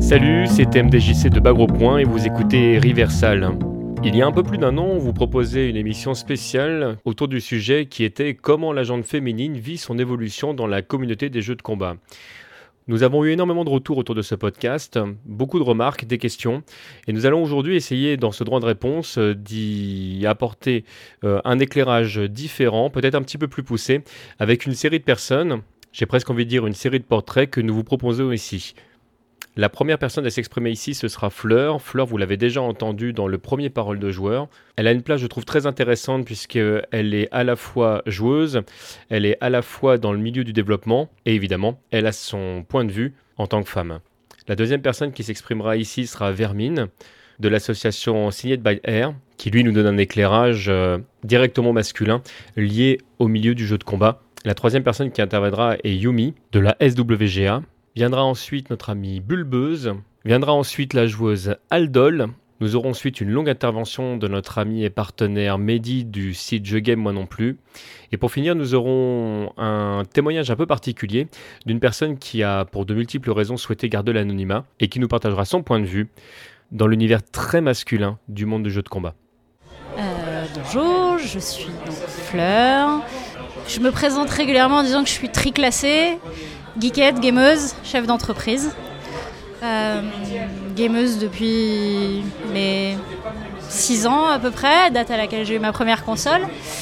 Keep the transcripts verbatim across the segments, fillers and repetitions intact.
Salut, c'est M D J C de Bas Gros Point et vous écoutez Riversal. Il y a un peu plus d'un an, on vous proposait une émission spéciale autour du sujet qui était comment la gente féminine vit son évolution dans la communauté des jeux de combat. Nous avons eu énormément de retours autour de ce podcast, beaucoup de remarques, des questions, et nous allons aujourd'hui essayer, dans ce droit de réponse, d'y apporter euh, un éclairage différent, peut-être un petit peu plus poussé, avec une série de personnes, j'ai presque envie de dire une série de portraits que nous vous proposons ici. La première personne à s'exprimer ici, ce sera Fleur. Fleur, vous l'avez déjà entendu dans le premier Parole de joueur. Elle a une place, je trouve, très intéressante puisqu'elle est à la fois joueuse, elle est à la fois dans le milieu du développement et évidemment, elle a son point de vue en tant que femme. La deuxième personne qui s'exprimera ici sera Vermine, de l'association Signet by Air, qui lui nous donne un éclairage euh, directement masculin lié au milieu du jeu de combat. La troisième personne qui interviendra est Yumi, de la S W G A. Viendra ensuite notre amie Bulbeuse, viendra ensuite la joueuse Aldol. Nous aurons ensuite une longue intervention de notre ami et partenaire Mehdi du site Je Game Moi Non Plus. Et pour finir, nous aurons un témoignage un peu particulier d'une personne qui a pour de multiples raisons souhaité garder l'anonymat et qui nous partagera son point de vue dans l'univers très masculin du monde du jeu de combat. Euh, bonjour, je suis donc Fleur. Je me présente régulièrement en disant que je suis triclassée. Geekette, gameuse, chef d'entreprise. Euh, gameuse depuis mes six ans à peu près, date à laquelle j'ai eu ma première console.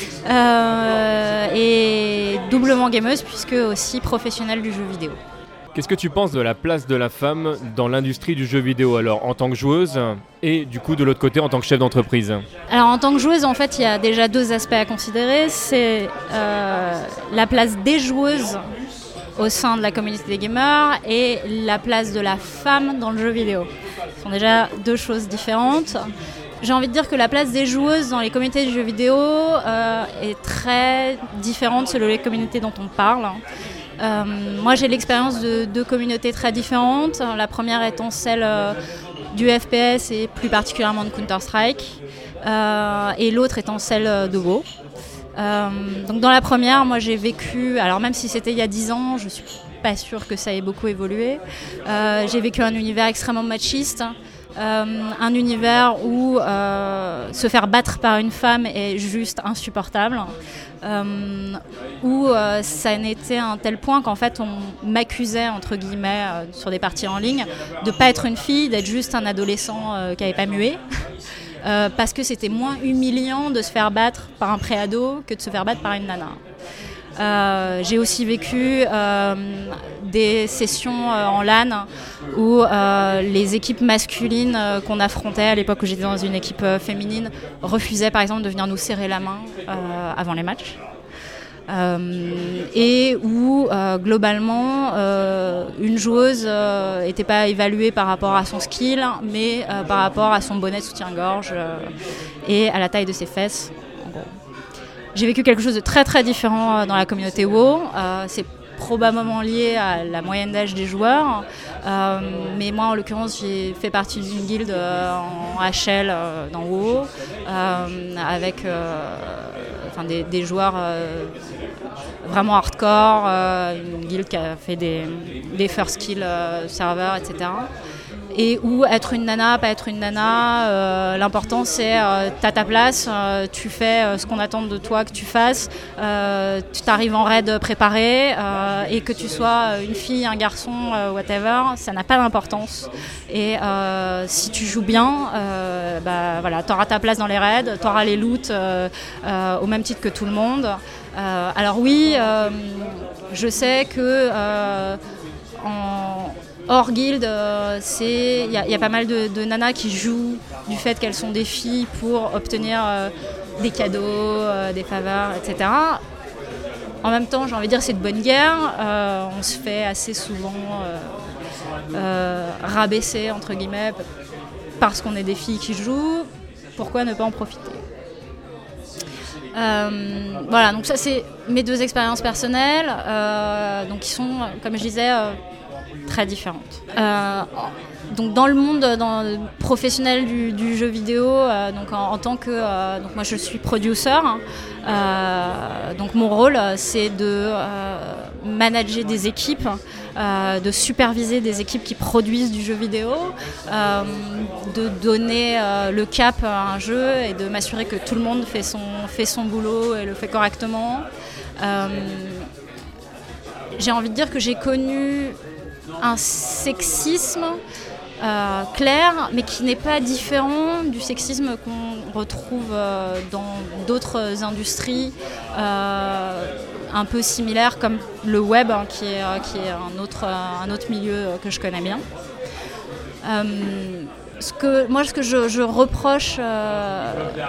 Euh, et doublement gameuse puisque aussi professionnelle du jeu vidéo. Qu'est-ce que tu penses de la place de la femme dans l'industrie du jeu vidéo, alors en tant que joueuse et du coup de l'autre côté en tant que chef d'entreprise? Alors en tant que joueuse, en fait, il y a déjà deux aspects à considérer. C'est euh, la place des joueuses au sein de la communauté des gamers et la place de la femme dans le jeu vidéo. Ce sont déjà deux choses différentes. J'ai envie de dire que la place des joueuses dans les communautés de jeux vidéo euh, est très différente selon les communautés dont on parle. Euh, moi, j'ai l'expérience de deux communautés très différentes. La première étant celle euh, du F P S et plus particulièrement de Counter-Strike, euh, et l'autre étant celle de WoW. Euh, donc dans la première, moi j'ai vécu, alors même si c'était il y a dix ans, je suis pas sûre que ça ait beaucoup évolué. Euh, j'ai vécu un univers extrêmement machiste, euh, un univers où euh, se faire battre par une femme est juste insupportable, euh, où euh, ça n'était à un tel point qu'en fait on m'accusait entre guillemets euh, sur des parties en ligne de pas être une fille, d'être juste un adolescent euh, qui avait pas mué. Euh, parce que c'était moins humiliant de se faire battre par un pré-ado que de se faire battre par une nana. Euh, j'ai aussi vécu euh, des sessions euh, en LAN où euh, les équipes masculines euh, qu'on affrontait à l'époque où j'étais dans une équipe euh, féminine refusaient par exemple de venir nous serrer la main euh, avant les matchs. Euh, et où euh, globalement euh, une joueuse n'était euh, pas évaluée par rapport à son skill mais euh, par rapport à son bonnet de soutien-gorge euh, et à la taille de ses fesses en gros. J'ai vécu quelque chose de très très différent euh, dans la communauté WoW. Euh, c'est probablement lié à la moyenne d'âge des joueurs, euh, mais moi en l'occurrence j'ai fait partie d'une guilde euh, en H L euh, dans WoW euh, avec euh, enfin, des, des joueurs euh, vraiment hardcore, euh, une guilde qui a fait des, des first kill euh, serveurs, et cetera. Et où être une nana, pas être une nana, euh, l'important c'est euh, t'as ta place, euh, tu fais euh, ce qu'on attend de toi que tu fasses, euh, tu t'arrives en raid préparé euh, et que tu sois une fille, un garçon, euh, whatever, ça n'a pas d'importance. Et euh, si tu joues bien, euh, bah, voilà, t'auras ta place dans les raids, t'auras les loots euh, euh, au même titre que tout le monde. Euh, alors oui, euh, je sais que euh, en hors guild, euh, il y, y a pas mal de, de nanas qui jouent du fait qu'elles sont des filles pour obtenir euh, des cadeaux, euh, des faveurs, et cetera. En même temps, j'ai envie de dire c'est de bonne guerre. Euh, on se fait assez souvent euh, euh, rabaisser, entre guillemets, parce qu'on est des filles qui jouent. Pourquoi ne pas en profiter ? Euh, voilà, donc ça c'est mes deux expériences personnelles, euh, donc qui sont, comme je disais, euh, très différentes. Euh, donc dans le monde dans le professionnel du, du jeu vidéo, euh, donc en, en tant que, euh, donc moi je suis producer, hein, euh, donc mon rôle c'est de euh, manager des équipes euh, de superviser des équipes qui produisent du jeu vidéo, euh, de donner euh, le cap à un jeu et de m'assurer que tout le monde fait son, fait son boulot et le fait correctement. Euh, j'ai envie de dire que j'ai connu un sexisme Euh, clair, mais qui n'est pas différent du sexisme qu'on retrouve euh, dans d'autres industries euh, un peu similaires, comme le web, hein, qui est, euh, qui est un, autre, euh, un autre milieu que je connais bien. Euh, ce que, moi, ce que je, je reproche euh,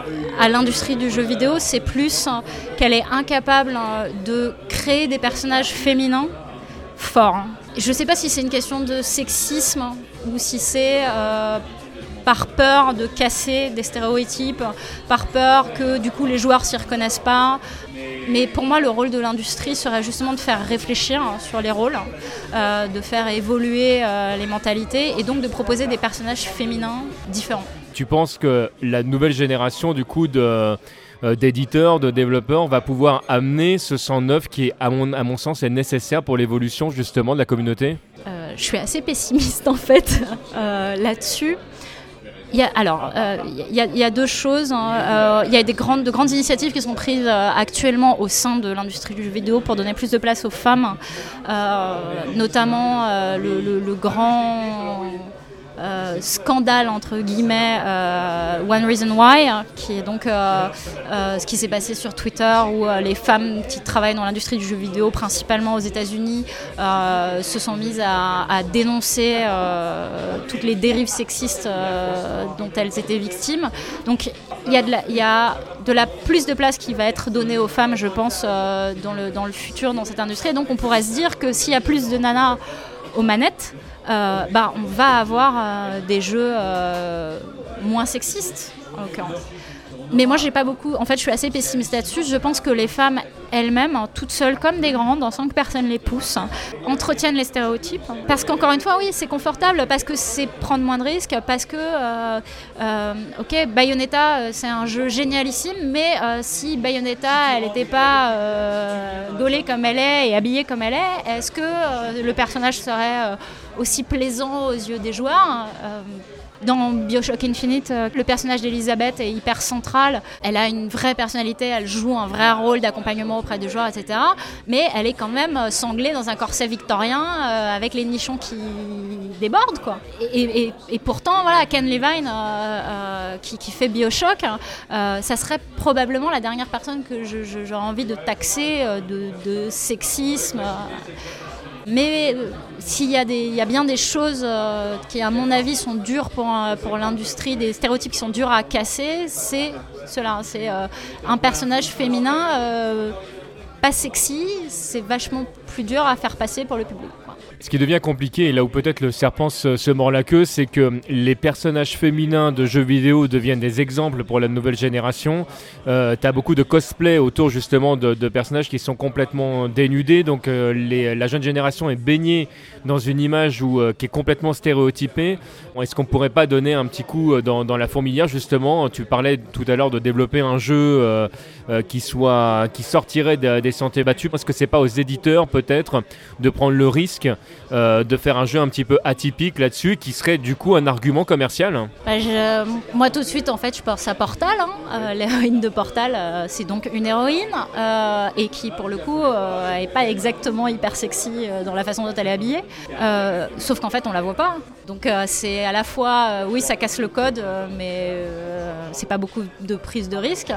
à l'industrie du jeu vidéo, c'est plus hein, qu'elle est incapable hein, de créer des personnages féminins forts. Hein. Je ne sais pas si c'est une question de sexisme ou si c'est euh, par peur de casser des stéréotypes, par peur que du coup les joueurs ne s'y reconnaissent pas. Mais pour moi, le rôle de l'industrie serait justement de faire réfléchir sur les rôles, euh, de faire évoluer euh, les mentalités et donc de proposer des personnages féminins différents. Tu penses que la nouvelle génération du coup de... d'éditeurs, de développeurs, va pouvoir amener ce sang neuf qui, à mon, à mon sens, est nécessaire pour l'évolution justement de la communauté ? euh, Je suis assez pessimiste en fait euh, là-dessus. Il y a, alors, euh, il y a, il y a deux choses. Hein. Euh, il y a des grandes, de grandes initiatives qui sont prises euh, actuellement au sein de l'industrie du jeu vidéo pour donner plus de place aux femmes, euh, notamment euh, le, le, le grand... Euh, scandale entre guillemets euh, One Reason Why, qui est donc euh, euh, ce qui s'est passé sur Twitter où euh, les femmes qui travaillent dans l'industrie du jeu vidéo principalement aux États-Unis euh, se sont mises à, à dénoncer euh, toutes les dérives sexistes euh, dont elles étaient victimes. Donc il y a de la, il y a de la plus de place qui va être donnée aux femmes, je pense, euh, dans le dans le futur dans cette industrie. Et donc on pourrait se dire que s'il y a plus de nanas aux manettes, Euh, bah, on va avoir euh, des jeux euh, moins sexistes en l'occurrence. Mais moi j'ai pas beaucoup, en fait je suis assez pessimiste là-dessus. Je pense que les femmes elles-mêmes, hein, toutes seules comme des grandes, sans que personne les pousse, hein, entretiennent les stéréotypes. Parce qu'encore une fois, oui, c'est confortable, parce que c'est prendre moins de risques, parce que euh, euh, ok, Bayonetta c'est un jeu génialissime, mais euh, si Bayonetta elle n'était pas euh, gaulée comme elle est et habillée comme elle est, est-ce que euh, le personnage serait euh, aussi plaisant aux yeux des joueurs? euh, Dans BioShock Infinite, le personnage d'Elizabeth est hyper central. Elle a une vraie personnalité, elle joue un vrai rôle d'accompagnement auprès des joueurs, et cetera. Mais elle est quand même sanglée dans un corset victorien euh, avec les nichons qui débordent, quoi. Et, et, et pourtant, voilà, Ken Levine, euh, euh, qui, qui fait BioShock, euh, ça serait probablement la dernière personne que je, je, j'aurais envie de taxer euh, de, de sexisme. Euh. Mais euh, s'il y a des, il y a bien des choses euh, qui, à mon avis, sont dures pour, euh, pour l'industrie, des stéréotypes qui sont durs à casser, c'est cela. C'est euh, un personnage féminin euh, pas sexy, c'est vachement plus dur à faire passer pour le public, quoi. Ce qui devient compliqué, et là où peut-être le serpent se, se mord la queue, c'est que les personnages féminins de jeux vidéo deviennent des exemples pour la nouvelle génération. Euh, tu as beaucoup de cosplay autour justement de, de personnages qui sont complètement dénudés, donc euh, les, la jeune génération est baignée dans une image où, euh, qui est complètement stéréotypée. Est-ce qu'on pourrait pas donner un petit coup dans, dans la fourmilière justement? Tu parlais tout à l'heure de développer un jeu euh, euh, qui, soit, qui sortirait de, des sentiers battus, parce que c'est pas aux éditeurs peut-être de prendre le risque Euh, de faire un jeu un petit peu atypique là-dessus, qui serait du coup un argument commercial? bah je, Moi tout de suite en fait je pense à Portal, hein. euh, l'héroïne de Portal euh, c'est donc une héroïne euh, et qui pour le coup euh, est pas exactement hyper sexy euh, dans la façon dont elle est habillée, euh, sauf qu'en fait on la voit pas, donc euh, c'est à la fois euh, oui ça casse le code euh, mais euh, c'est pas beaucoup de prise de risque.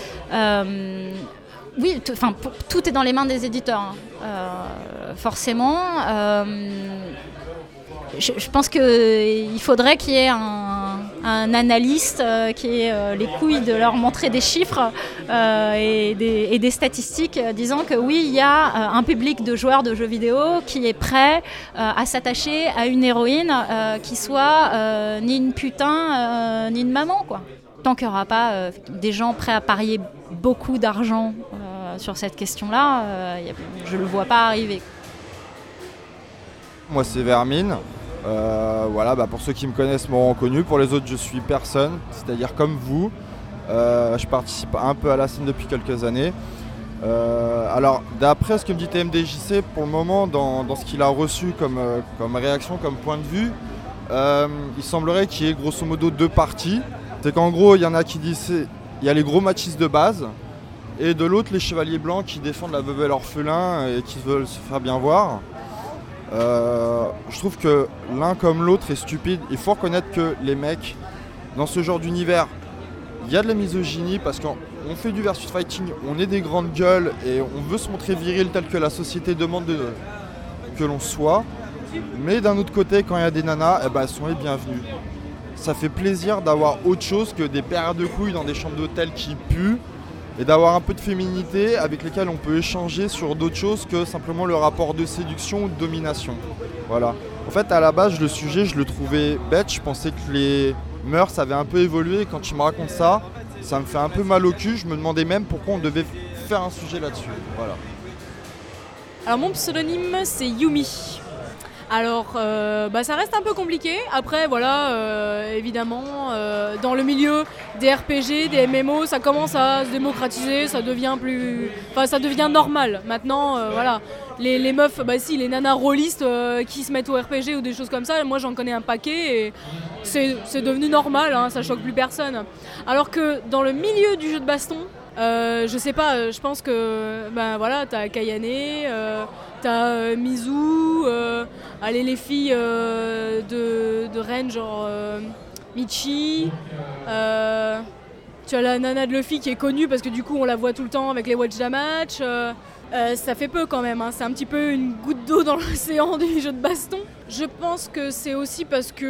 euh, Oui, t- tout est dans les mains des éditeurs, hein. euh, forcément. Euh, je, je pense qu'il faudrait qu'il y ait un, un analyste euh, qui ait euh, les couilles de leur montrer des chiffres euh, et, des, et des statistiques euh, disant que oui, il y a euh, un public de joueurs de jeux vidéo qui est prêt euh, à s'attacher à une héroïne euh, qui soit euh, ni une putain euh, ni une maman, quoi. Tant qu'il n'y aura pas euh, des gens prêts à parier beaucoup d'argent euh, sur cette question-là, euh, je ne le vois pas arriver. Moi, c'est Vermine. Euh, voilà, bah, pour ceux qui me connaissent m'auront connu. Pour les autres, je suis personne, c'est-à-dire comme vous. Euh, je participe un peu à la scène depuis quelques années. Euh, alors, d'après ce que me dit T M D J C, pour le moment, dans, dans ce qu'il a reçu comme, euh, comme réaction, comme point de vue, euh, il semblerait qu'il y ait grosso modo deux parties. C'est qu'en gros, il y en a qui disent il y a les gros machistes de base, et de l'autre, les chevaliers blancs qui défendent la veuve et l'orphelin et qui veulent se faire bien voir. Euh, je trouve que l'un comme l'autre est stupide. Il faut reconnaître que les mecs, dans ce genre d'univers, il y a de la misogynie parce qu'on on fait du versus fighting, on est des grandes gueules et on veut se montrer viril tel que la société demande de, que l'on soit. Mais d'un autre côté, quand il y a des nanas, eh ben, elles sont les bienvenues. Ça fait plaisir d'avoir autre chose que des paires de couilles dans des chambres d'hôtel qui puent et d'avoir un peu de féminité avec lesquelles on peut échanger sur d'autres choses que simplement le rapport de séduction ou de domination. Voilà. En fait, à la base, le sujet, je le trouvais bête. Je pensais que les mœurs avaient un peu évolué. Et quand tu me racontes ça, ça me fait un peu mal au cul. Je me demandais même pourquoi on devait faire un sujet là-dessus. Voilà. Alors, mon pseudonyme, c'est Yumi. Alors, euh, bah, ça reste un peu compliqué. Après, voilà, euh, évidemment, euh, dans le milieu des R P G, des M M O, ça commence à se démocratiser, ça devient plus, enfin, ça devient normal. Maintenant, euh, voilà, les, les meufs, bah si, les nanas rôlistes euh, qui se mettent au R P G ou des choses comme ça, moi j'en connais un paquet et c'est, c'est devenu normal, hein, ça choque plus personne. Alors que dans le milieu du jeu de baston, euh, je sais pas, je pense que, ben voilà, t'as Kayane. Euh, T'as euh, Mizu, euh, allez les filles euh, de, de Rennes, genre euh, Michi. Euh, tu as la nana de Luffy qui est connue parce que du coup on la voit tout le temps avec les Watch the Match. Euh, euh, ça fait peu quand même, hein. C'est un petit peu une goutte d'eau dans l'océan du jeu de baston. Je pense que c'est aussi parce que,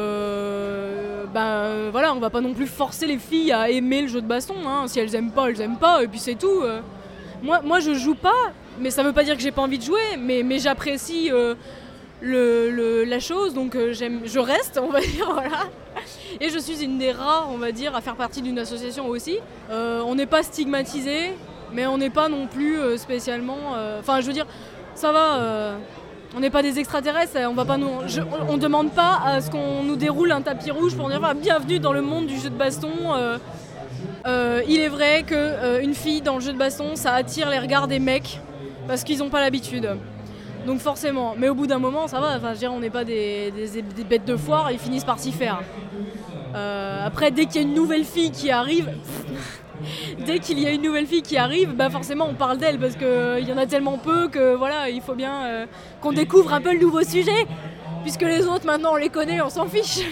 euh, ben euh, voilà, on va pas non plus forcer les filles à aimer le jeu de baston. Hein. Si elles aiment pas, elles aiment pas et puis c'est tout. Euh. Moi, moi je joue pas. Mais ça veut pas dire que j'ai pas envie de jouer, mais, mais j'apprécie euh, le, le, la chose, donc euh, j'aime, je reste, on va dire, voilà. Et je suis une des rares, on va dire, à faire partie d'une association aussi. Euh, on n'est pas stigmatisé, mais on n'est pas non plus euh, spécialement... Enfin, euh, je veux dire, ça va, euh, on n'est pas des extraterrestres, on va pas nous... Je, on, on demande pas à ce qu'on nous déroule un tapis rouge pour dire ah, « Bienvenue dans le monde du jeu de baston euh, ». Euh, il est vrai qu'une euh, fille dans le jeu de baston, ça attire les regards des mecs, parce qu'ils n'ont pas l'habitude. Donc forcément. Mais au bout d'un moment, ça va. Enfin, je veux dire, on n'est pas des, des, des bêtes de foire, ils finissent par s'y faire. Euh, après, dès qu'il y a une nouvelle fille qui arrive... dès qu'il y a une nouvelle fille qui arrive, bah forcément, on parle d'elle, parce qu'il euh, y en a tellement peu que voilà, il faut bien euh, qu'on découvre un peu le nouveau sujet. Puisque les autres, maintenant, on les connaît, on s'en fiche.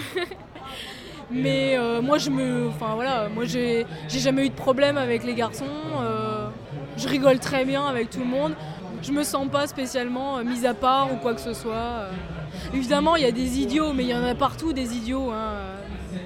Mais euh, moi, je me... Enfin, voilà, moi, j'ai, j'ai jamais eu de problème avec les garçons. Euh, Je rigole très bien avec tout le monde. Je me sens pas spécialement euh, mise à part ou quoi que ce soit. Euh. Évidemment, il y a des idiots, mais il y en a partout des idiots. Hein.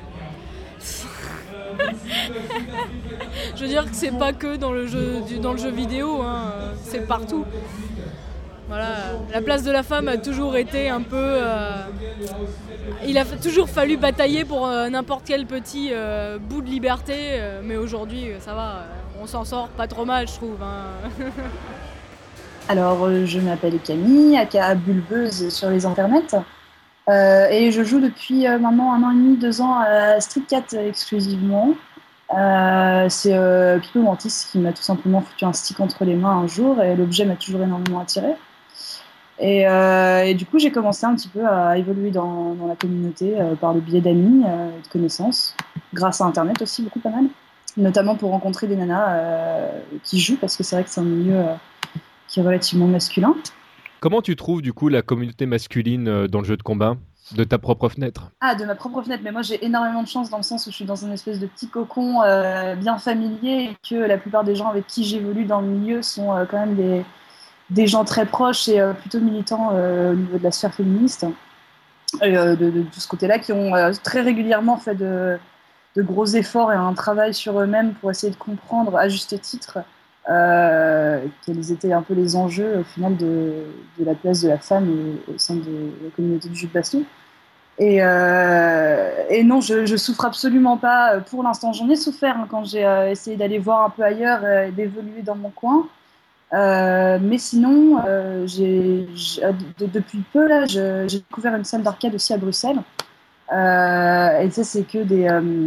Je veux dire que c'est pas que dans le jeu, dans le jeu vidéo, hein. C'est partout. Voilà. La place de la femme a toujours été un peu... Euh... Il a toujours fallu batailler pour euh, n'importe quel petit euh, bout de liberté, euh, mais aujourd'hui, ça va. Euh, On s'en sort pas trop mal, je trouve. Hein. Alors, euh, je m'appelle Camille, aka Bulbeuse sur les internets. Euh, et je joue depuis euh, maintenant un an et demi, deux ans à Street quatre exclusivement. Euh, c'est euh, Pipo Mantis qui m'a tout simplement foutu un stick entre les mains un jour et l'objet m'a toujours énormément attiré. Et, euh, et du coup, j'ai commencé un petit peu à évoluer dans, dans la communauté euh, par le biais d'amis, euh, de connaissances, grâce à Internet aussi, beaucoup pas mal. Notamment pour rencontrer des nanas euh, qui jouent, parce que c'est vrai que c'est un milieu euh, qui est relativement masculin. Comment tu trouves du coup la communauté masculine euh, dans le jeu de combat, de ta propre fenêtre ? Ah, de ma propre fenêtre, mais moi j'ai énormément de chance dans le sens où je suis dans une espèce de petit cocon euh, bien familier et que la plupart des gens avec qui j'évolue dans le milieu sont euh, quand même des, des gens très proches et euh, plutôt militants euh, au niveau de la sphère féministe, et, euh, de, de, de ce côté-là, qui ont euh, très régulièrement fait de... de gros efforts et un travail sur eux-mêmes pour essayer de comprendre à juste titre euh, quels étaient un peu les enjeux au final de, de la place de la femme au, au sein de la communauté du jeu de baston. Et, euh, et non, je, je souffre absolument pas pour l'instant. J'en ai souffert hein, quand j'ai euh, essayé d'aller voir un peu ailleurs et d'évoluer dans mon coin. Euh, mais sinon, euh, j'ai, j'ai, de, depuis peu, là, je, j'ai découvert une salle d'arcade aussi à Bruxelles. Euh, et ça, c'est que des... Euh,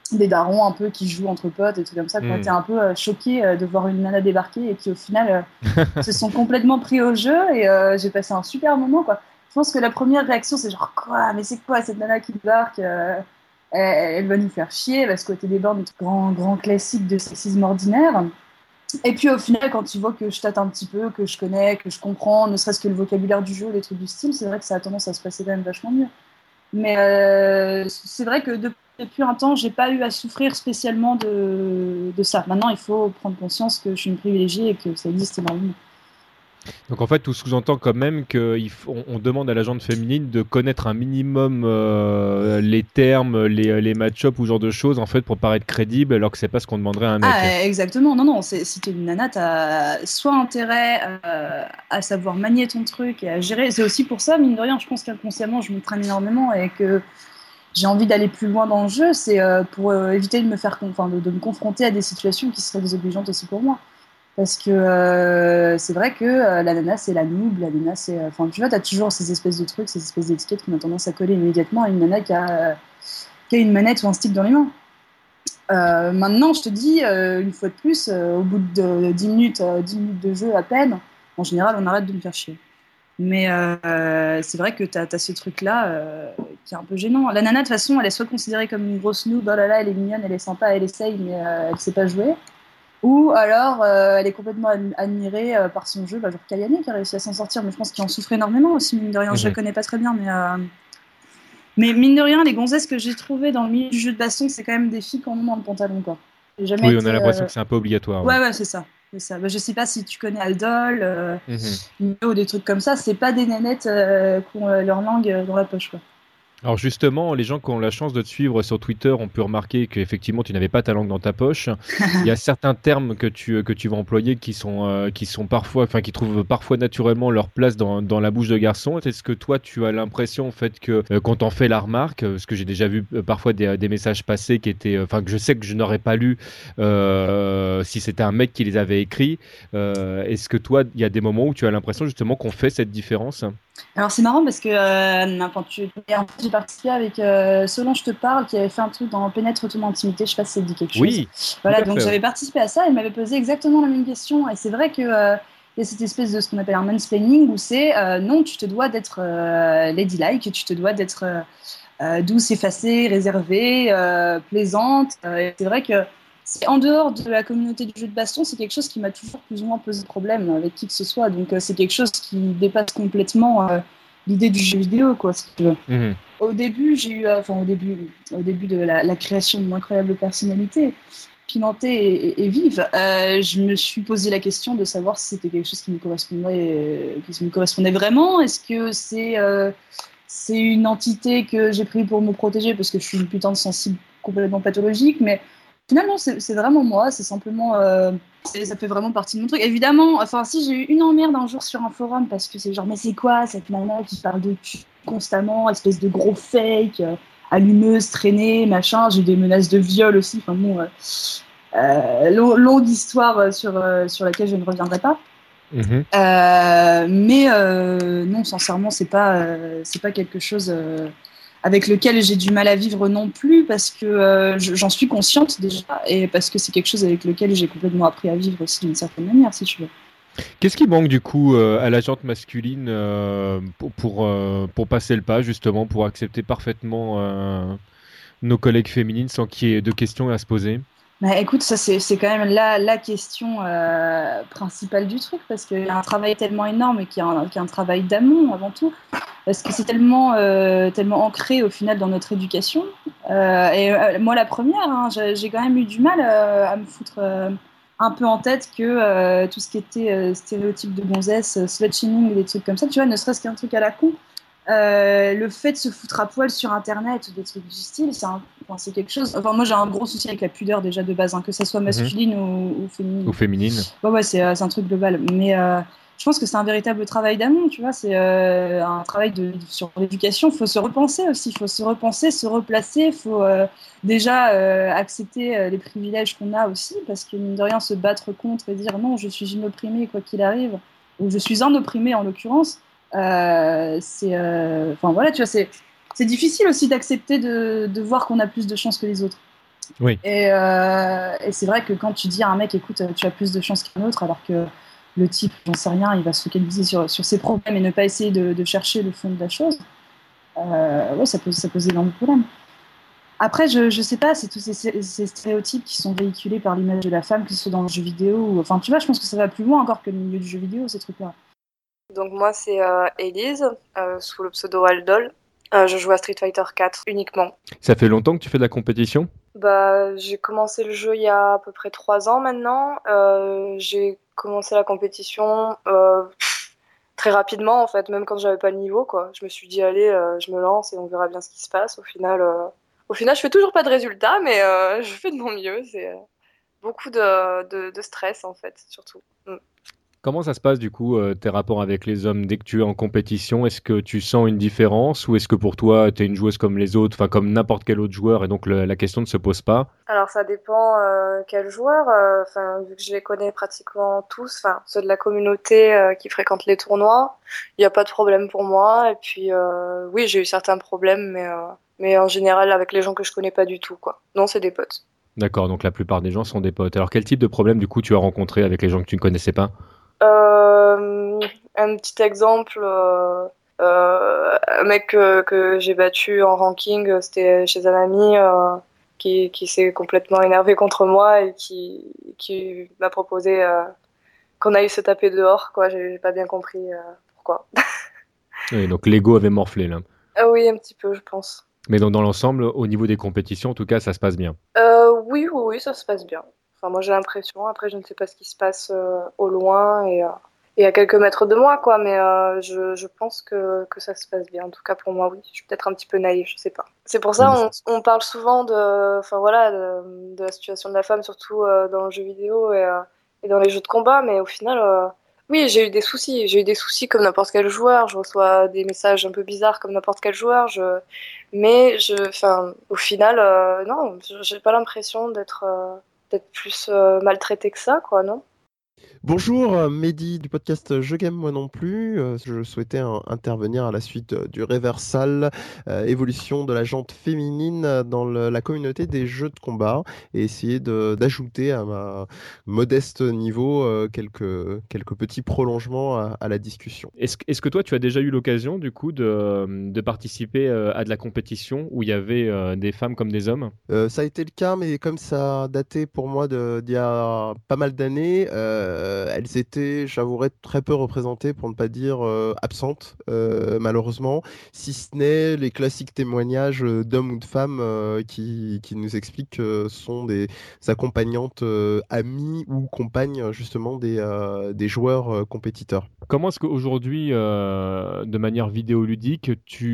des darons un peu qui jouent entre potes et tout comme ça, qui ont Mm. été un peu euh, choqués euh, de voir une nana débarquer et qui au final euh, se sont complètement pris au jeu et euh, j'ai passé un super moment quoi. Je pense que la première réaction c'est genre quoi, mais c'est quoi cette nana qui débarque euh, elle, elle va nous faire chier parce que côté des bornes, grand grand classique de sexisme ordinaire. Et puis au final quand tu vois que je tâte un petit peu, que je connais, que je comprends, ne serait-ce que le vocabulaire du jeu, les trucs du style, c'est vrai que ça a tendance à se passer quand même vachement mieux. Mais euh, c'est vrai que de- depuis un temps, j'ai pas eu à souffrir spécialement de, de ça. Maintenant, il faut prendre conscience que je suis une privilégiée et que ça existe énormément. Donc en fait, tout sous-entend quand même qu'on on demande à la gente féminine de connaître un minimum euh, les termes, les, les match-ups ou ce genre de choses, en fait, pour paraître crédible, alors que c'est pas ce qu'on demanderait à un mec. Ah, exactement. Non, non, c'est, si t'es une nana, t'as soit intérêt euh, à savoir manier ton truc et à gérer. C'est aussi pour ça, mine de rien, je pense qu'inconsciemment, je m'entraîne énormément et que j'ai envie d'aller plus loin dans le jeu. C'est euh, pour euh, éviter de me faire, con- enfin, de, de me confronter à des situations qui seraient désobligeantes aussi pour moi. Parce que euh, c'est vrai que euh, la nana, c'est la noob, la nana, c'est. Enfin, tu vois, t'as toujours ces espèces de trucs, ces espèces d'étiquettes qu'on a tendance à coller immédiatement à une nana qui a, euh, qui a une manette ou un stick dans les mains. Euh, maintenant, je te dis, euh, une fois de plus, euh, au bout de dix minutes, euh, dix minutes de jeu à peine, en général, on arrête de me faire chier. Mais euh, c'est vrai que t'as as ce truc-là euh, qui est un peu gênant. La nana, de toute façon, elle est soit considérée comme une grosse noob, oh là là, elle est mignonne, elle est sympa, elle essaye, mais euh, elle sait pas jouer. Ou alors, euh, elle est complètement ad- admirée euh, par son jeu, bah, genre Kayane qui a réussi à s'en sortir, mais je pense qu'il en souffre énormément aussi, mine de rien. Je la Mhm. connais pas très bien, mais, euh, mais mine de rien, les gonzesses que j'ai trouvées dans le milieu du jeu de baston, c'est quand même des filles qui en ont dans le pantalon, quoi. J'ai jamais Oui, on a été. l'impression euh, que c'est un peu obligatoire. Ouais. Ouais, ouais, c'est ça. C'est ça. Bah, je sais pas si tu connais Aldol, euh, Mhm. ou des trucs comme ça, c'est pas des nénettes euh, qui ont euh, leur langue euh, dans la poche, quoi. Alors justement, les gens qui ont la chance de te suivre sur Twitter ont pu remarquer qu'effectivement tu n'avais pas ta langue dans ta poche. Il y a certains termes que tu, que tu vas employer qui sont, euh, qui sont parfois, enfin qui trouvent parfois naturellement leur place dans, dans la bouche de garçon. Est-ce que toi tu as l'impression en fait que euh, quand on fait la remarque, euh, parce que j'ai déjà vu euh, parfois des, des messages passés qui étaient, euh, enfin que je sais que je n'aurais pas lu euh, si c'était un mec qui les avait écrits. Euh, est-ce que toi il y a des moments où tu as l'impression justement qu'on fait cette différence? Alors c'est marrant parce que euh, quand tu... en fait, j'ai participé avec euh, Solange Te Parle qui avait fait un truc dans Pénètre ton intimité, je sais pas si ça te dit quelque chose. Oui, tout Voilà, à donc fait. j'avais Ouais. participé à ça, elle m'avait posé exactement la même question et c'est vrai que euh, il y a cette espèce de ce qu'on appelle un mansplaining où c'est euh, non, tu te dois d'être euh, ladylike, tu te dois d'être euh, euh, douce, effacée, réservée, euh, plaisante. Euh, et c'est vrai que c'est en dehors de la communauté du jeu de baston, c'est quelque chose qui m'a toujours plus ou moins posé problème avec qui que ce soit. Donc euh, c'est quelque chose qui dépasse complètement euh, l'idée du jeu vidéo, quoi, si tu veux. Mhm. Au début, j'ai eu, euh, enfin au début, au début de la, la création de mon incroyable personnalité, pimentée et, et, et vive, euh, je me suis posé la question de savoir si c'était quelque chose qui me correspondait, euh, qui me correspondait vraiment. Est-ce que c'est euh, c'est une entité que j'ai pris pour me protéger parce que je suis une putain de sensible complètement pathologique, mais finalement c'est c'est vraiment moi, c'est simplement euh, c'est- ça fait vraiment partie de mon truc. Évidemment, enfin si j'ai eu une emmerde un jour sur un forum parce que c'est genre mais c'est quoi cette nana qui parle de cul constamment, espèce de gros fake, euh, allumeuse, traînée, machin. J'ai eu des menaces de viol aussi. Enfin bon, euh, euh, long- longue histoire euh, sur euh, sur laquelle je ne reviendrai pas. Mhm. Euh, mais euh, non, sincèrement, c'est pas, euh, c'est pas quelque chose euh, avec lequel j'ai du mal à vivre non plus, parce que euh, je- j'en suis consciente déjà, et parce que c'est quelque chose avec lequel j'ai complètement appris à vivre aussi d'une certaine manière, si tu veux. Qu'est-ce qui manque du coup euh, à la gente masculine euh, pour, pour, euh, pour passer le pas justement, pour accepter parfaitement euh, nos collègues féminines sans qu'il y ait de questions à se poser? Bah, écoute, ça c'est c'est quand même la, la question euh, principale du truc, parce qu'il y a un travail tellement énorme et qu'il y a un, qu'il y a un travail d'amont avant tout, parce que c'est tellement, euh, tellement ancré au final dans notre éducation. Euh, et euh, moi la première, hein, j'ai j'ai quand même eu du mal euh, à me foutre euh, un peu en tête que euh, tout ce qui était euh, stéréotype de gonzesse, euh, slut-shaming et des trucs comme ça, tu vois, ne serait-ce qu'un truc à la con. Euh, le fait de se foutre à poil sur internet ou des trucs du style, c'est un- enfin, c'est quelque chose. Enfin, moi j'ai un gros souci avec la pudeur déjà de base, hein, que ça soit Mhm. masculine ou, ou féminine. Ou féminine? Ouais, ouais, c'est euh, c'est un truc global. Mais euh, je pense que c'est un véritable travail d'amont, tu vois. C'est euh, un travail de, sur l'éducation. Il faut se repenser aussi. Il faut se repenser, se replacer. Il faut euh, déjà euh, accepter euh, les privilèges qu'on a aussi, parce que mine de rien, se battre contre et dire non, je suis une opprimée, quoi qu'il arrive, ou je suis un opprimé en l'occurrence. Euh, c'est, euh, enfin voilà, tu vois, c'est, c'est difficile aussi d'accepter de, de voir qu'on a plus de chance que les autres. Oui. Et, euh, et c'est vrai que quand tu dis à un mec, écoute, tu as plus de chance qu'un autre, alors que le type, j'en sais rien, il va se focaliser sur, sur ses problèmes et ne pas essayer de, de chercher le fond de la chose, euh, ouais, ça pose, ça pose énormément de problèmes. Après, je, je sais pas, c'est tous ces, ces stéréotypes qui sont véhiculés par l'image de la femme, que ce soit dans le jeu vidéo, ou, enfin, tu vois, je pense que ça va plus loin encore que le milieu du jeu vidéo, ces trucs-là. Donc moi c'est euh, Elise, euh, sous le pseudo Aldol. Euh, je joue à Street Fighter quatre uniquement. Ça fait longtemps que tu fais de la compétition ? Bah, j'ai commencé le jeu il y a à peu près trois ans maintenant. Euh, j'ai commencé la compétition euh, très rapidement en fait, même quand j'avais pas le niveau quoi. Je me suis dit allez, euh, je me lance et on verra bien ce qui se passe. Au final, euh, au final, je fais toujours pas de résultats, mais euh, je fais de mon mieux. C'est euh, beaucoup de, de, de stress en fait, surtout. Mm. Comment ça se passe du coup, euh, tes rapports avec les hommes dès que tu es en compétition? Est-ce que tu sens une différence ou est-ce que pour toi tu es une joueuse comme les autres, enfin comme n'importe quel autre joueur et donc le- la question ne se pose pas? Alors ça dépend euh, quel joueur. euh, Enfin, vu que je les connais pratiquement tous, enfin ceux de la communauté euh, qui fréquentent les tournois, il n'y a pas de problème pour moi. Et puis euh, oui, j'ai eu certains problèmes, mais euh, mais en général avec les gens que je connais pas du tout, quoi. Non, c'est des potes. D'accord, donc la plupart des gens sont des potes. Alors quel type de problème du coup tu as rencontré avec les gens que tu ne connaissais pas? Euh, un petit exemple. Euh, euh, un mec que, que j'ai battu en ranking, euh, c'était chez un ami euh, qui, qui s'est complètement énervé contre moi et qui, qui m'a proposé euh, qu'on aille se taper dehors, quoi. J'ai j'ai pas bien compris euh, pourquoi. Oui, donc l'ego avait morflé là. Ah oui, un petit peu, je pense. Mais donc dans l'ensemble, au niveau des compétitions, en tout cas, ça se passe bien. Euh, oui, oui, oui, ça se passe bien. Enfin, moi j'ai l'impression. Après, je ne sais pas ce qui se passe euh, au loin et, euh, et à quelques mètres de moi, quoi. Mais euh, je, je pense que, que ça se passe bien. En tout cas, pour moi, oui. Je suis peut-être un petit peu naïve, je sais pas. C'est pour Oui, mais ça on, on parle souvent de, enfin voilà, de, de la situation de la femme, surtout euh, dans le jeu vidéo et, euh, et dans les jeux de combat. Mais au final, euh, oui, j'ai eu des soucis. J'ai eu des soucis comme n'importe quel joueur. Je reçois des messages un peu bizarres comme n'importe quel joueur. Je, mais je, enfin, au final, euh, non, j'ai pas l'impression d'être euh, d'être plus euh, maltraitée que ça, quoi, non? Bonjour, euh, Mehdi du podcast Je Game Moi Non Plus. Euh, je souhaitais euh, intervenir à la suite euh, du Reversal, euh, évolution de la jante féminine euh, dans le- la communauté des jeux de combat et essayer de- d'ajouter à ma modeste niveau euh, quelques, quelques petits prolongements à, à la discussion. Est-ce, que- est-ce que toi, tu as déjà eu l'occasion, du coup, de, de participer euh, à de la compétition où il y avait euh, des femmes comme des hommes? Euh, ça a été le cas, mais comme ça a daté pour moi de- d'il y a pas mal d'années, euh, elles étaient, j'avouerais, très peu représentées, pour ne pas dire euh, absentes, euh, malheureusement, si ce n'est les classiques témoignages euh, d'hommes ou de femmes euh, qui, qui nous expliquent que ce sont des accompagnantes euh, amies ou compagnes justement des, euh, des joueurs euh, compétiteurs. Comment est-ce qu'aujourd'hui, euh, de manière vidéoludique,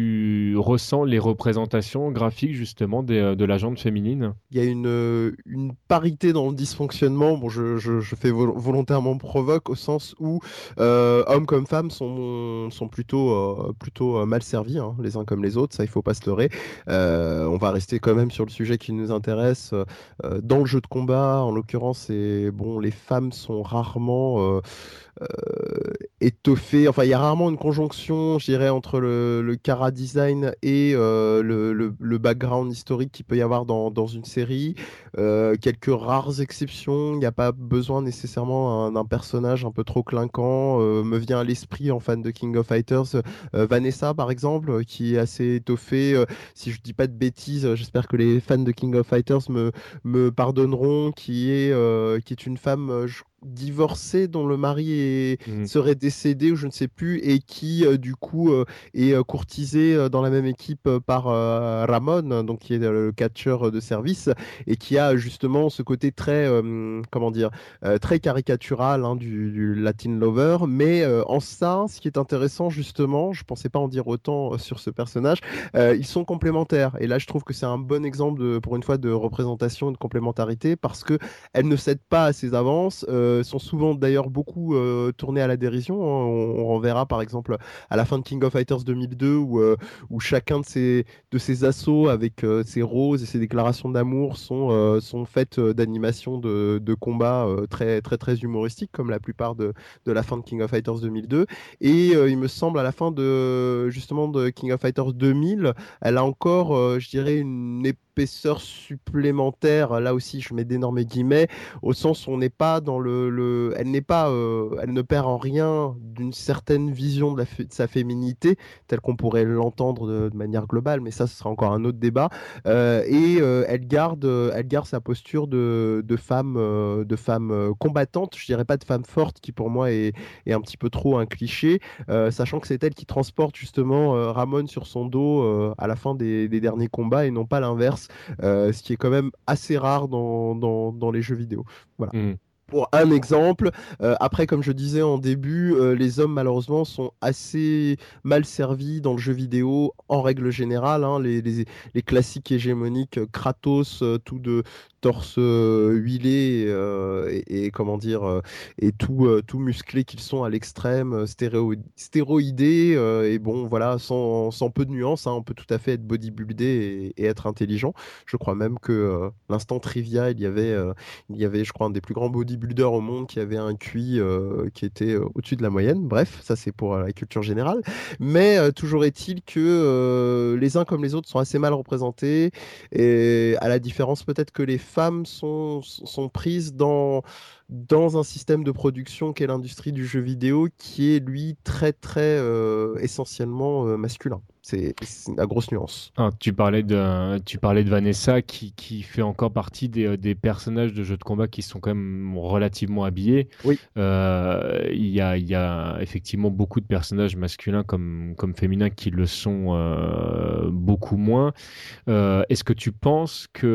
tu ressens les représentations graphiques, justement, des- de la jante féminine? Il y a une, euh, une parité dans le dysfonctionnement. Bon, je, je, je fais vol- volontairement provoque au sens où euh, hommes comme femmes sont, sont plutôt, euh, plutôt euh, mal servis, hein, les uns comme les autres. Ça, il faut pas se leurrer. Euh, on va rester quand même sur le sujet qui nous intéresse. Euh, dans le jeu de combat, en l'occurrence, c'est bon, les femmes sont rarement euh, euh, étoffé. Enfin, il y a rarement une conjonction, je dirais, entre le, le chara design et euh, le, le- le background historique qu'il peut y avoir dans, dans une série. Euh, quelques rares exceptions. Il n'y a pas besoin nécessairement un- d'un personnage un peu trop clinquant. Euh, me vient à l'esprit, en fan de King of Fighters, euh, Vanessa, par exemple, euh, qui est assez étoffée. Euh, si je dis pas de bêtises, euh, j'espère que les fans de King of Fighters me, me pardonneront, qui est, euh, qui est une femme, euh, je- divorcée dont le mari est- Mhm. serait décédé ou je ne sais plus et qui euh, du coup euh, est euh, courtisée euh, dans la même équipe euh, par euh, Ramon, donc qui est euh, le catcheur de service et qui a justement ce côté très euh, comment dire euh, très caricatural hein, du, du Latin lover, mais euh, en ça ce qui est intéressant justement, je pensais pas en dire autant euh, sur ce personnage, euh, ils sont complémentaires et là je trouve que c'est un bon exemple de, pour une fois de représentation et de complémentarité parce que elle ne cède pas à ses avances. Euh, euh, sont souvent d'ailleurs beaucoup euh, tournés à la dérision. Hein. On, on reverra par exemple à la fin de King of Fighters deux mille deux où, euh, où chacun de ces, de ces assauts avec euh, ses roses et ses déclarations d'amour sont, euh, sont faites euh, d'animations de, de combats euh, très, très très humoristiques comme la plupart de, de la fin de King of Fighters deux mille deux. Et euh, il me semble à la fin de justement de King of Fighters deux mille, elle a encore, euh, je dirais, une épaisseur supplémentaire. Là aussi, je mets d'énormes guillemets, au sens où on n'est pas dans le, le... elle n'est pas, euh, elle ne perd en rien d'une certaine vision de, la f... de sa féminité, telle qu'on pourrait l'entendre de, de manière globale, mais ça, ce sera encore un autre débat. Euh, et euh, elle garde, elle garde sa posture de, de femme, euh, de femme euh, combattante. Je dirais pas de femme forte, qui pour moi est, est un petit peu trop un cliché, euh, sachant que c'est elle qui transporte justement euh, Ramon sur son dos euh, à la fin des, des derniers combats et non pas l'inverse, euh, ce qui est quand même assez rare dans, dans, dans les jeux vidéo. Voilà. Mmh. Pour un exemple, euh, après, comme je disais en début, euh, les hommes malheureusement sont assez mal servis dans le jeu vidéo en règle générale. Hein, les, les, les classiques hégémoniques, Kratos, euh, tout de torse euh, huilé euh, et, et comment dire euh, et tout euh, tout musclé qu'ils sont à l'extrême, stéréo, stéroïdés euh, et bon voilà, sans, sans peu de nuances, hein, on peut tout à fait être bodybuildé et, et être intelligent. Je crois même que euh, l'instant trivia, il y avait euh, il y avait je crois un des plus grands bodybuilders au monde qui avait un Q I euh, qui était euh, au-dessus de la moyenne. Bref, ça c'est pour euh, la culture générale, mais euh, toujours est-il que euh, les uns comme les autres sont assez mal représentés, et à la différence peut-être que les femmes sont, sont prises dans, dans un système de production qu'est l'industrie du jeu vidéo, qui est lui très très euh, essentiellement euh, masculin. C'est la grosse nuance. Ah, tu parlais de, tu parlais de Vanessa qui, qui fait encore partie des, des personnages de jeux de combat qui sont quand même relativement habillés. Oui. Euh, il y a, il y a effectivement beaucoup de personnages masculins comme, comme féminins qui le sont euh, beaucoup moins. Euh, est-ce que tu penses que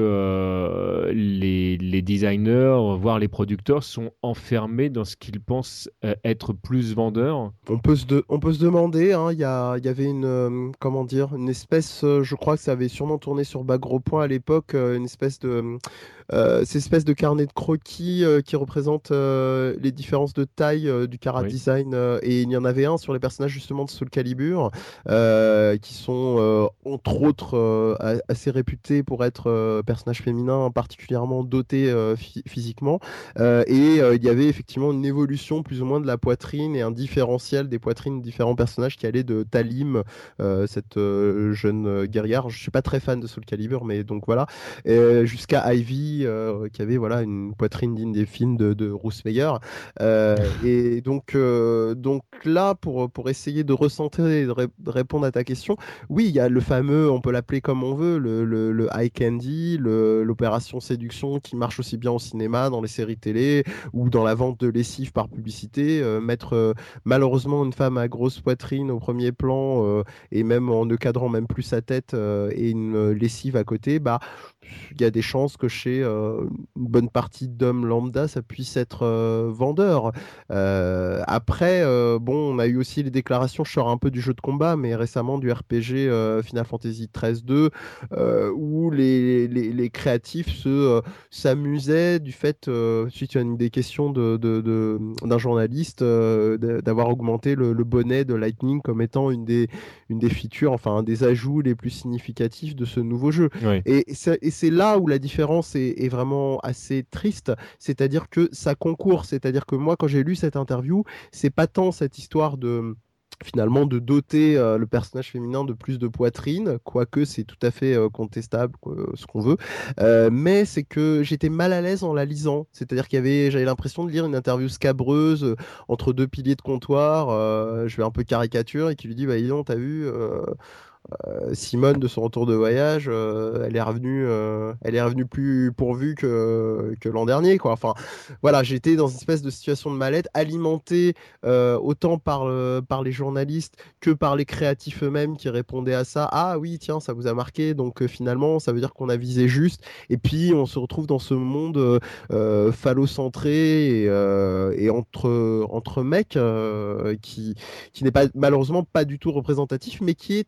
euh, les, les designers, voire les producteurs, sont enfermés dans ce qu'ils pensent euh, être plus vendeur? On peut se, de, on peut se demander, hein, il y, a, il y avait une, euh, comment dire, une espèce, euh, je crois que ça avait sûrement tourné sur Bas Gros Point à l'époque, euh, une espèce de, euh, ces espèces de carnet de croquis euh, qui représentent euh, les différences de taille euh, du chara Oui. design, euh, et il y en avait un sur les personnages justement de Soul Calibur, euh, qui sont euh, entre autres euh, assez réputés pour être euh, personnages féminins particulièrement dotés euh, physiquement, euh, et euh, il y avait effectivement une évolution plus ou moins de la poitrine et un différentiel des poitrines de différents personnages qui allaient de Talim, euh, cette euh, jeune guerrière, je suis pas très fan de Soul Calibur, mais donc voilà, et jusqu'à Ivy, euh, qui avait voilà une poitrine digne des films de, de Bruce Meyer, euh, et donc euh, donc là pour pour essayer de recentrer et de, ré de répondre à ta question, oui, il y a le fameux, on peut l'appeler comme on veut, le, le, le eye candy, l'opération séduction qui marche aussi bien au cinéma, dans les séries télé ou dans la vente de lessive par publicité, euh, mettre euh, malheureusement une femme à grosse poitrine au premier plan, euh, et même en ne cadrant même plus sa tête, euh, et une lessive à côté, bah il y a des chances que chez euh, une bonne partie d'hommes lambda ça puisse être euh, vendeur. Euh, après euh, bon, on a eu aussi les déclarations, je sors un peu du jeu de combat, mais récemment du R P G euh, Final Fantasy treize deux, euh, où les, les, les créatifs se euh, s'amusaient du fait, euh, suite à une des questions de, de, de, d'un journaliste, euh, d'avoir augmenté le, le bonnet de Lightning comme étant une des, une des features, enfin un des ajouts les plus significatifs de ce nouveau jeu. Oui. Et c'est là où la différence est, est vraiment assez triste, c'est-à-dire que ça concourt, c'est-à-dire que moi quand j'ai lu cette interview, c'est pas tant cette histoire de finalement de doter euh, le personnage féminin de plus de poitrine, quoique c'est tout à fait euh, contestable, quoi, ce qu'on veut, euh, mais c'est que j'étais mal à l'aise en la lisant, c'est-à-dire qu'il y avait, j'avais l'impression de lire une interview scabreuse euh, entre deux piliers de comptoir, euh, je vais un peu caricature, et qui lui dit, bah dis donc, t'as vu euh, Euh, Simone de son retour de voyage, euh, elle est revenue, euh, elle est revenue plus pourvue que, que l'an dernier, quoi. Enfin, voilà, j'étais dans une espèce de situation de mal-être, alimentée euh, autant par, euh, par les journalistes que par les créatifs eux-mêmes qui répondaient à ça. Ah oui, tiens, ça vous a marqué, donc euh, finalement, ça veut dire qu'on a visé juste. Et puis, on se retrouve dans ce monde euh, phallocentré et, euh, et entre, entre mecs euh, qui, qui n'est pas malheureusement pas du tout représentatif, mais qui est un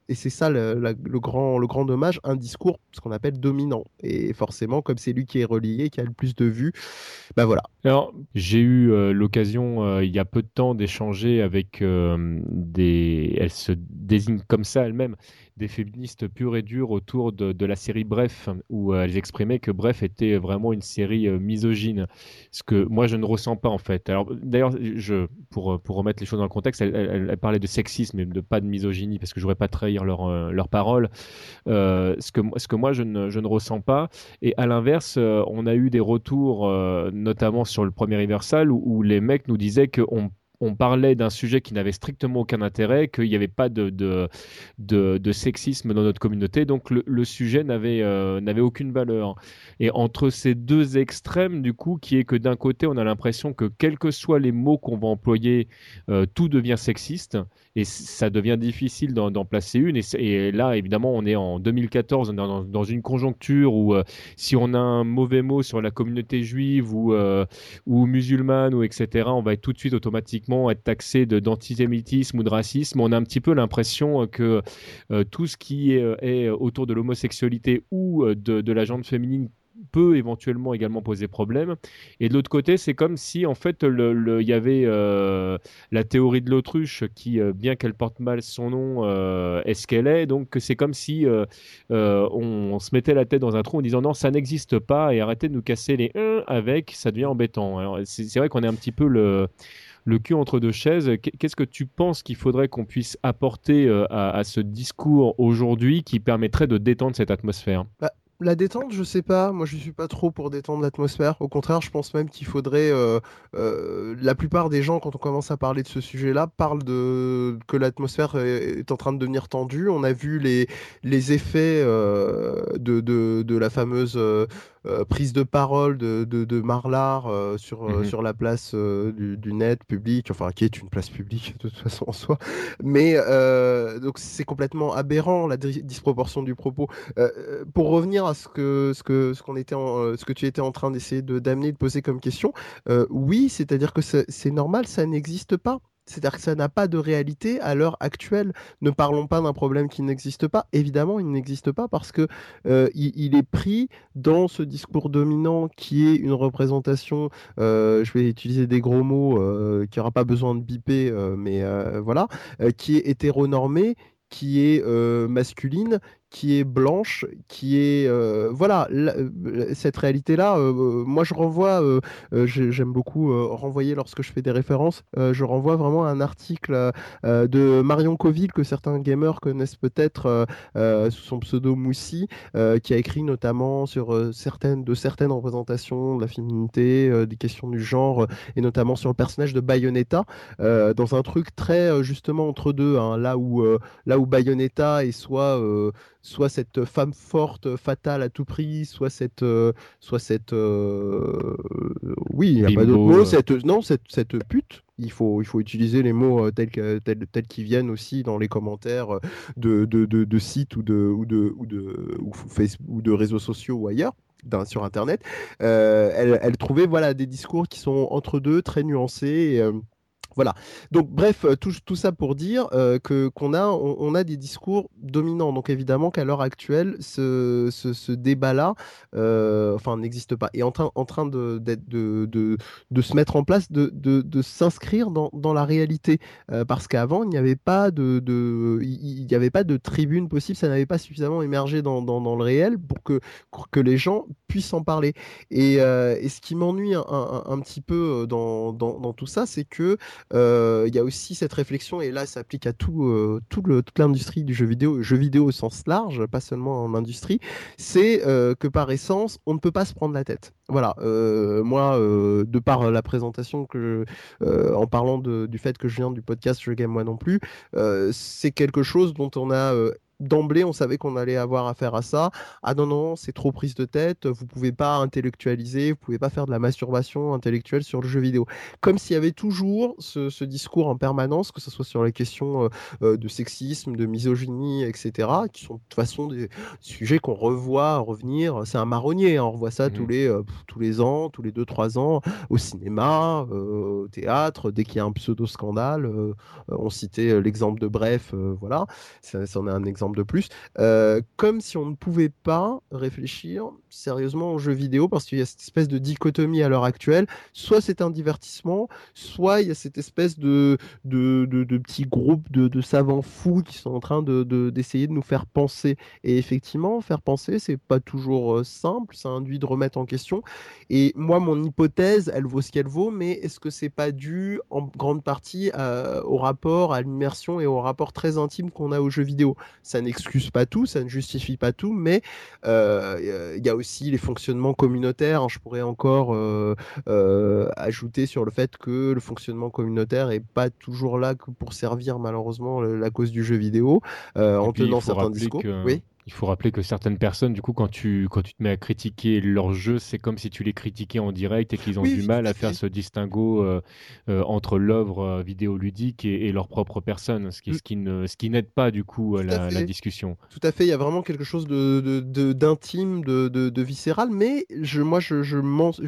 Et c'est ça le, la, le, grand, le grand dommage, un discours, ce qu'on appelle dominant. Et forcément, comme c'est lui qui est relié, qui a le plus de vues, ben voilà. Alors, j'ai eu euh, l'occasion, euh, il y a peu de temps, d'échanger avec euh, des... Elle se désigne comme ça elle-même, des féministes pures et dures autour de, de la série Bref, où euh, elles exprimaient que Bref était vraiment une série euh, misogyne. Ce que moi, je ne ressens pas, en fait. Alors, d'ailleurs, je, pour, pour remettre les choses dans le contexte, elle, elle, elle parlait de sexisme et de pas de misogynie, parce que je ne voudrais pas trahir leurs euh, leur paroles. Euh, ce, que, ce que moi, je ne, je ne ressens pas. Et à l'inverse, euh, on a eu des retours, euh, notamment sur le premier Riversal, où, où les mecs nous disaient qu'on on parlait d'un sujet qui n'avait strictement aucun intérêt, qu'il n'y avait pas de, de, de, de sexisme dans notre communauté, donc le, le sujet n'avait, euh, n'avait aucune valeur. Et entre ces deux extrêmes, du coup, qui est que d'un côté, on a l'impression que quels que soient les mots qu'on va employer, euh, tout devient sexiste, et ça devient difficile d'en, d'en placer une. Et, et là, évidemment, on est en deux mille quatorze, on est dans, dans une conjoncture où euh, si on a un mauvais mot sur la communauté juive ou, euh, ou musulmane, ou et cetera, on va être tout de suite automatiquement être taxé de, d'antisémitisme ou de racisme. On a un petit peu l'impression que euh, tout ce qui est, est autour de l'homosexualité ou de, de la gente féminine peut éventuellement également poser problème. Et de l'autre côté, c'est comme si en fait le, le, il y avait euh, la théorie de l'autruche qui, euh, bien qu'elle porte mal son nom, euh, est ce qu'elle est. Donc c'est comme si euh, euh, on, on se mettait la tête dans un trou en disant non, ça n'existe pas, et arrêtez de nous casser les uns avec, ça devient embêtant. Alors, c'est, c'est vrai qu'on est un petit peu le le cul entre deux chaises. Qu'est-ce que tu penses qu'il faudrait qu'on puisse apporter euh, à, à ce discours aujourd'hui qui permettrait de détendre cette atmosphère ? Bah, la détente, je sais pas. Moi, je suis pas trop pour détendre l'atmosphère. Au contraire, je pense même qu'il faudrait. Euh, euh, la plupart des gens, quand on commence à parler de ce sujet-là, parlent de que l'atmosphère est, est en train de devenir tendue. On a vu les les effets euh, de, de de la fameuse euh, euh, prise de parole de de, de Marlar euh, sur euh, Mhm. sur la place euh, du, du net public, enfin qui est une place publique de toute façon en soi. Mais euh, donc c'est complètement aberrant la di- disproportion du propos. Euh, pour revenir à ce que ce que ce qu'on était en, euh, ce que tu étais en train d'essayer de d'amener, de poser comme question, euh, oui, c'est-à-dire que c'est c'est normal, ça n'existe pas. C'est-à-dire que ça n'a pas de réalité à l'heure actuelle. Ne parlons pas d'un problème qui n'existe pas. Évidemment, il n'existe pas parce que euh, il, il est pris dans ce discours dominant qui est une représentation. Euh, je vais utiliser des gros mots euh, qui n'aura pas besoin de biper, euh, mais euh, voilà, euh, qui est hétéronormé, qui est euh, masculine, qui est blanche, qui est euh, voilà la- euh, cette réalité-là. Euh, euh, moi, je renvoie, euh, euh, j'ai- j'aime beaucoup euh, renvoyer lorsque je fais des références. Euh, je renvoie vraiment à un article euh, de Marion Coville que certains gamers connaissent peut-être euh, euh, sous son pseudo Moussi, euh, qui a écrit notamment sur euh, certaines de certaines représentations de la féminité, euh, des questions du genre, euh, et notamment sur le personnage de Bayonetta, euh, dans un truc très euh, justement entre deux, hein, là où euh, là où Bayonetta est soit euh, soit cette femme forte, fatale à tout prix, soit cette, euh, soit cette, euh, oui, il n'y a pas d'autre Bimbo, mot, euh. cette, non, cette, cette pute. Il faut, il faut utiliser les mots euh, tels, que, tels, tels qu'ils viennent aussi dans les commentaires euh, de, de, de, de sites ou de, ou de, ou de, ou Facebook, ou de réseaux sociaux ou ailleurs. D'un- sur Internet. Euh, elle, elle trouvait voilà, des discours qui sont entre deux, très nuancés. Et, euh, voilà. Donc, bref, euh, tout, tout ça pour dire euh, que qu'on a, on, on a des discours dominants. Donc, évidemment qu'à l'heure actuelle, ce, ce, ce débat-là, euh, enfin, n'existe pas. Et en train, en train de, d'être- de, de, de se mettre en place, de, de, de s'inscrire dans, dans la réalité. Euh, parce qu'avant, il n'y avait pas de, de, il il y avait pas de tribune possible. Ça n'avait pas suffisamment émergé dans, dans, dans le réel pour que, pour que les gens puissent en parler. Et, euh, et ce qui m'ennuie un, un, un petit peu dans, dans, dans tout ça, c'est que euh, il y a aussi cette réflexion, et là ça s'applique à tout, euh, tout le, toute l'industrie du jeu vidéo, jeu vidéo au sens large, pas seulement en industrie, c'est euh, que par essence, on ne peut pas se prendre la tête. Voilà, euh, moi, euh, de par la présentation que, euh, en parlant de- du fait que je viens du podcast Je Game Moi Non Plus, euh, c'est quelque chose dont on a euh, d'emblée, on savait qu'on allait avoir affaire à ça. Ah non, non, c'est trop prise de tête, vous pouvez pas intellectualiser, vous pouvez pas faire de la masturbation intellectuelle sur le jeu vidéo. Comme s'il y avait toujours ce, ce discours en permanence, que ce soit sur les questions euh, euh, de sexisme, de misogynie, et cetera, qui sont de toute façon des sujets qu'on revoit revenir. C'est un marronnier, hein, on revoit ça mmh. tous, les, euh, tous les ans, tous les deux trois ans, au cinéma, euh, au théâtre, dès qu'il y a un pseudo-scandale. Euh, on citait l'exemple de Bref, euh, voilà, ça, ça en est un exemple de plus, euh, comme si on ne pouvait pas réfléchir sérieusement aux jeux vidéo, parce qu'il y a cette espèce de dichotomie à l'heure actuelle, soit c'est un divertissement, soit il y a cette espèce de, de, de, de petits groupes de, de savants fous qui sont en train de, de, d'essayer de nous faire penser. Et effectivement, faire penser, c'est pas toujours simple, ça induit de remettre en question. Et moi, mon hypothèse, elle vaut ce qu'elle vaut, mais est-ce que c'est pas dû en grande partie euh, au rapport, à l'immersion et au rapport très intime qu'on a aux jeux vidéo? Ça n'excuse pas tout, ça ne justifie pas tout, mais il euh, y a aussi les fonctionnements communautaires. Hein, je pourrais encore euh, euh, ajouter sur le fait que le fonctionnement communautaire est pas toujours là que pour servir malheureusement la cause du jeu vidéo, euh, en tenant certains discours. Que... Oui. Il faut rappeler que certaines personnes, du coup, quand tu, quand tu te mets à critiquer leur jeu, c'est comme si tu les critiquais en direct et qu'ils ont oui, du mal à faire ce distinguo euh, euh, entre l'œuvre euh, vidéoludique et, et leur propre personne, ce qui, ce qui, ne, ce qui n'aide pas, du coup, la, la discussion. Tout à fait, il y a vraiment quelque chose de, de, de, d'intime, de, de, de viscéral, mais je, moi, je, je,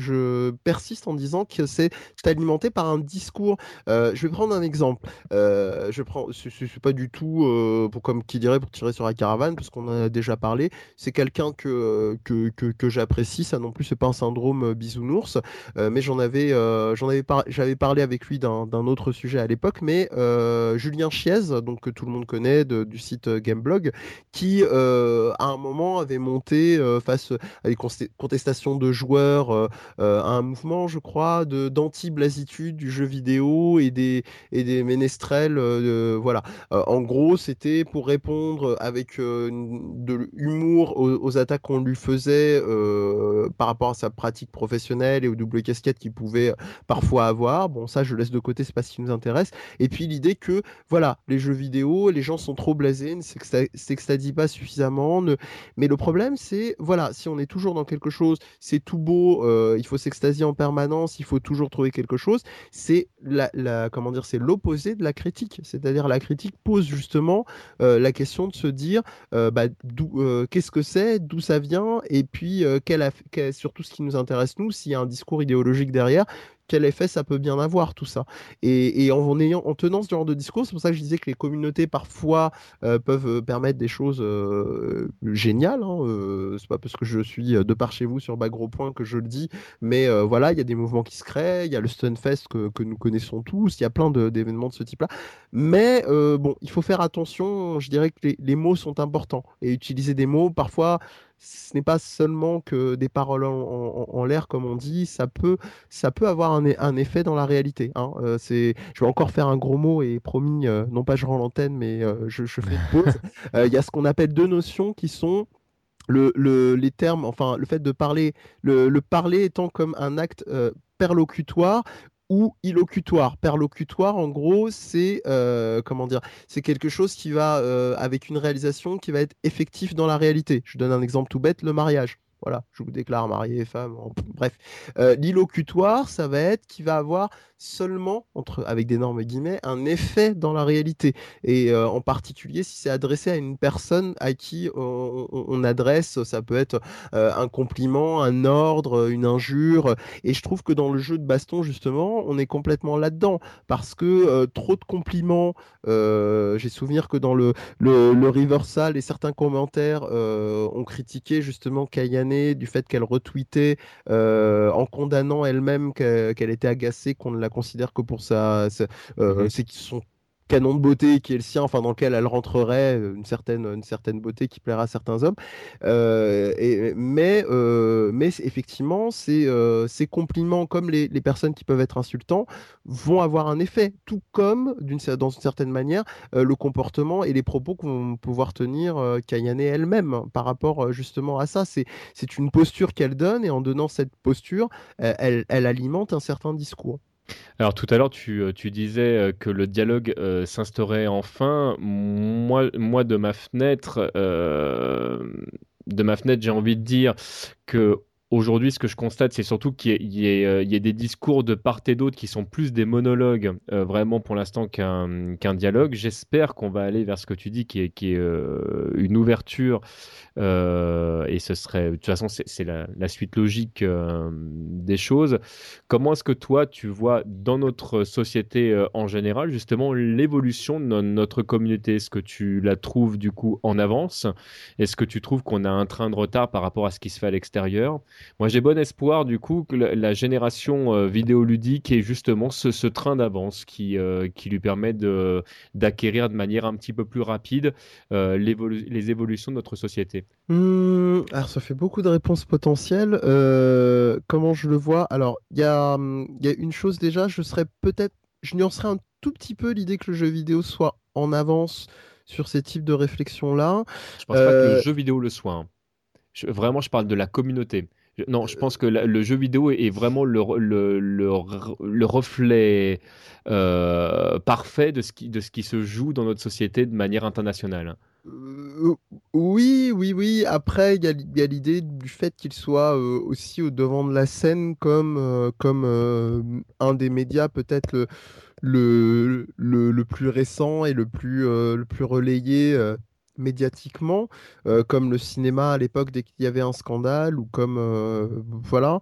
je persiste en disant que c'est alimenté par un discours. Euh, je vais prendre un exemple. Euh, je prends, ce n'est pas du tout, euh, pour, comme qui dirait, pour tirer sur la caravane, parce qu'on a déjà parlé, c'est quelqu'un que, que, que, que j'apprécie, ça non plus c'est pas un syndrome bisounours, euh, mais j'en avais, euh, j'en avais par... j'avais parlé avec lui d'un, d'un autre sujet à l'époque, mais euh, Julien Chiez, donc que tout le monde connaît de, du site Gameblog, qui euh, à un moment avait monté euh, face à des contestations de joueurs euh, euh, à un mouvement, je crois, de, d'anti-blasitude du jeu vidéo et des, et des ménestrels, euh, voilà. Euh, en gros, c'était pour répondre avec euh, de l'humour aux, aux attaques qu'on lui faisait euh, par rapport à sa pratique professionnelle et aux doubles casquettes qu'il pouvait parfois avoir. Bon, ça, je laisse de côté, c'est pas ce qui nous intéresse. Et puis l'idée que, voilà, les jeux vidéo, les gens sont trop blasés, ne s'extadient pas suffisamment. Ne... Mais le problème, c'est, voilà, si on est toujours dans quelque chose, c'est tout beau, euh, il faut s'extasier en permanence, il faut toujours trouver quelque chose. C'est la, la comment dire, c'est l'opposé de la critique. C'est-à-dire la critique pose justement euh, la question de se dire, euh, bah, Euh, qu'est-ce que c'est, d'où ça vient, et puis euh, quel a, quel, surtout ce qui nous intéresse nous, s'il y a un discours idéologique derrière, quel effet ça peut bien avoir tout ça. Et, et en, en, ayant, en tenant ce genre de discours, c'est pour ça que je disais que les communautés parfois euh, peuvent permettre des choses euh, géniales. Hein, euh, c'est pas parce que je suis de par chez vous sur Bas Gros Point que je le dis, mais euh, voilà, il y a des mouvements qui se créent, il y a le Stunfest que, que nous connaissons tous, il y a plein de, d'événements de ce type-là. Mais euh, bon, il faut faire attention. Je dirais que les, les mots sont importants et utiliser des mots parfois. Ce n'est pas seulement que des paroles en, en, en l'air, comme on dit, ça peut, ça peut avoir un, un effet dans la réalité. Hein. Euh, c'est, je vais encore faire un gros mot et promis, euh, non pas je rends l'antenne, mais euh, je, je fais une pause. Il euh, y a ce qu'on appelle deux notions qui sont le, le, les termes, enfin le fait de parler, le, le parler étant comme un acte euh, perlocutoire ou illocutoire. Perlocutoire, en gros, c'est euh, comment dire, c'est quelque chose qui va euh, avec une réalisation qui va être effectif dans la réalité. Je donne un exemple tout bête, le mariage. Voilà, je vous déclare marié, femme, en... bref. Euh, l'illocutoire, ça va être qui va avoir seulement, entre, avec d'énormes guillemets, un effet dans la réalité. Et euh, en particulier, si c'est adressé à une personne à qui on, on, on adresse, ça peut être euh, un compliment, un ordre, une injure. Et je trouve que dans le jeu de baston, justement, on est complètement là-dedans. Parce que euh, trop de compliments, euh, j'ai souvenir que dans le, le, le Riversal et certains commentaires euh, ont critiqué justement Kayane du fait qu'elle retweetait euh, en condamnant elle-même qu'elle, qu'elle était agacée qu'on ne la considère que pour sa, sa euh, mmh. c'est son canon de beauté qui est le sien, enfin dans lequel elle rentrerait une certaine, une certaine beauté qui plaira à certains hommes. Euh, et, mais, euh, mais effectivement, ces, euh, ces compliments, comme les, les personnes qui peuvent être insultants, vont avoir un effet, tout comme, d'une, dans une certaine manière, euh, le comportement et les propos que vont pouvoir tenir euh, Kayane elle-même hein, par rapport euh, justement à ça. C'est, c'est une posture qu'elle donne et en donnant cette posture, euh, elle, elle alimente un certain discours. Alors tout à l'heure, tu, euh, tu disais euh, que le dialogue euh, s'instaurait enfin. Moi, moi, de ma fenêtre, euh, de ma fenêtre, j'ai envie de dire que aujourd'hui, ce que je constate, c'est surtout qu'il y ait, il y ait, euh, il y ait des discours de part et d'autre qui sont plus des monologues, euh, vraiment pour l'instant qu'un qu'un dialogue. J'espère qu'on va aller vers ce que tu dis, qui est, qui est euh, une ouverture euh, et ce serait, de toute façon, c'est c'est la, la suite logique euh, des choses. Comment est-ce que toi, tu vois dans notre société euh, en général, justement, l'évolution de no- notre communauté? Est-ce que tu la trouves du coup en avance? Est-ce que tu trouves qu'on a un train de retard par rapport à ce qui se fait à l'extérieur? Moi, j'ai bon espoir du coup que la, la génération euh, vidéoludique ait justement ce, ce train d'avance qui, euh, qui lui permet de, d'acquérir de manière un petit peu plus rapide euh, l'évolu- les évolutions de notre société. Hmm, alors ça fait beaucoup de réponses potentielles. Euh, comment je le vois? Alors, il y a, hum, il y a une chose déjà, je serais peut-être, je nuancerais un tout petit peu l'idée que le jeu vidéo soit en avance sur ces types de réflexions-là. Je pense pas que le Euh, jeu vidéo le soit, hein. Je- vraiment, je parle de la communauté. Je- non, je pense que la- le jeu vidéo est vraiment le, re- le, le re- le reflet euh, parfait de ce qui, de ce qui se joue dans notre société de manière internationale. Euh, oui, oui, oui. Après, il y a, l- il y a l'idée du fait qu'il soit euh, aussi au devant de la scène comme, euh, comme euh, un des médias, peut-être le, le, le, le plus récent et le plus, euh, le plus relayé euh, médiatiquement, euh, comme le cinéma à l'époque dès qu'il y avait un scandale, ou comme... euh, voilà.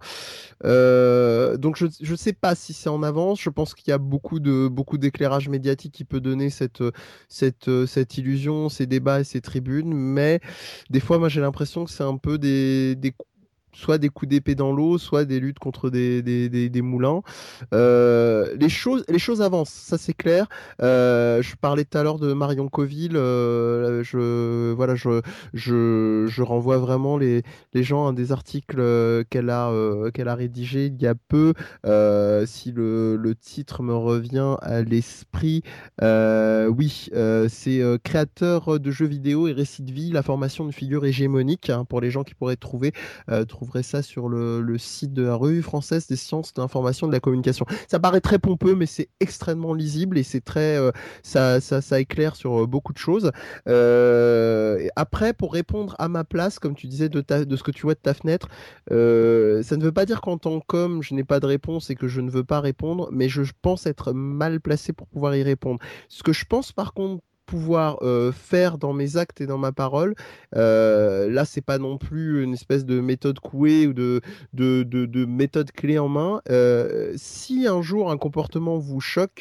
Euh, donc je ne sais pas si c'est en avance. Je pense qu'il y a beaucoup de, beaucoup d'éclairage médiatique qui peut donner cette, cette, cette illusion, ces débats et ces tribunes. Mais des fois, moi j'ai l'impression que c'est un peu des, des soit des coups d'épée dans l'eau, soit des luttes contre des, des, des- des moulins. Euh, les choses, les choses avancent, ça c'est clair. Euh, je parlais tout à l'heure de Marion Coville. Euh, je, voilà, je, je, je renvoie vraiment les, les gens à des articles euh, qu'elle a, euh, qu'elle a rédigés il y a peu. Euh, si le, le titre me revient à l'esprit, euh, oui, euh, c'est euh, créateur de jeux vidéo et récit de vie, la formation d'une figure hégémonique, hein, pour les gens qui pourraient trouver euh, trouverez ça sur le, le site de la Revue française des sciences de l'information et de la communication. Ça paraît très pompeux, mais c'est extrêmement lisible et c'est très, euh, ça, ça, ça éclaire sur euh, beaucoup de choses. Euh, et après, pour répondre à ma place, comme tu disais de, ta, de ce que tu vois de ta fenêtre, euh, ça ne veut pas dire qu'en tant qu'homme, je n'ai pas de réponse et que je ne veux pas répondre, mais je pense être mal placé pour pouvoir y répondre. Ce que je pense par contre pouvoir euh, faire dans mes actes et dans ma parole, euh, là, c'est pas non plus une espèce de méthode couée ou de, de, de, de méthode clé en main. Euh, si un jour un comportement vous choque,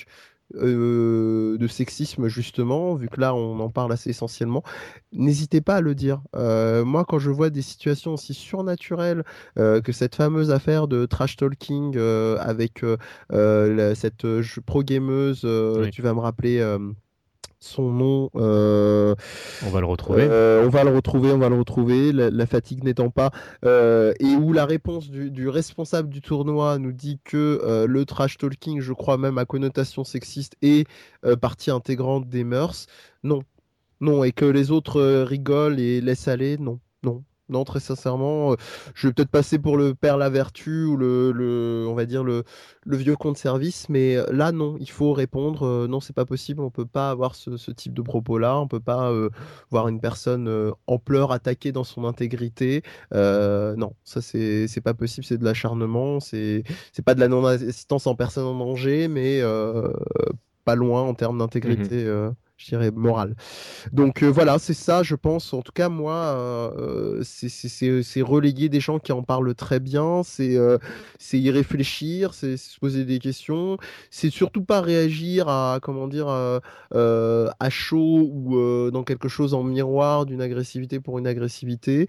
euh, de sexisme justement, vu que là on en parle assez essentiellement, n'hésitez pas à le dire. Euh, moi, quand je vois des situations aussi surnaturelles euh, que cette fameuse affaire de trash talking euh, avec euh, euh, la- cette euh, pro-gameuse, euh, Oui. tu vas me rappeler euh, son nom. euh, On va le retrouver. euh, on va le retrouver, on va le retrouver, la, la fatigue n'étant pas. Euh, et où la réponse du, du responsable du tournoi nous dit que euh, le trash talking, je crois même à connotation sexiste, est euh, partie intégrante des mœurs. Non, non, et que les autres euh, rigolent et laissent aller, non, non. Non, très sincèrement, euh, je vais peut-être passer pour le père la vertu ou le, le- on va dire le, le vieux compte service, mais euh, là non, il faut répondre. Euh, non, c'est pas possible, on peut pas avoir ce, ce type de propos-là, on peut pas euh, voir une personne euh, en pleurs attaquée dans son intégrité. Euh, non, ça c'est c'est pas possible, c'est de l'acharnement, c'est c'est pas de la non-assistance en personne en danger, mais euh, pas loin en termes Mhm. d'intégrité, euh, je dirais morale. Donc euh, voilà, c'est ça, je pense. En tout cas, moi, euh, c'est c'est- c'est- c'est relayer des gens qui en parlent très bien, c'est euh, c'est y réfléchir, c'est c'est se poser des questions, c'est surtout pas réagir à, comment dire, euh, euh, à chaud ou euh, dans quelque chose en miroir d'une agressivité pour une agressivité.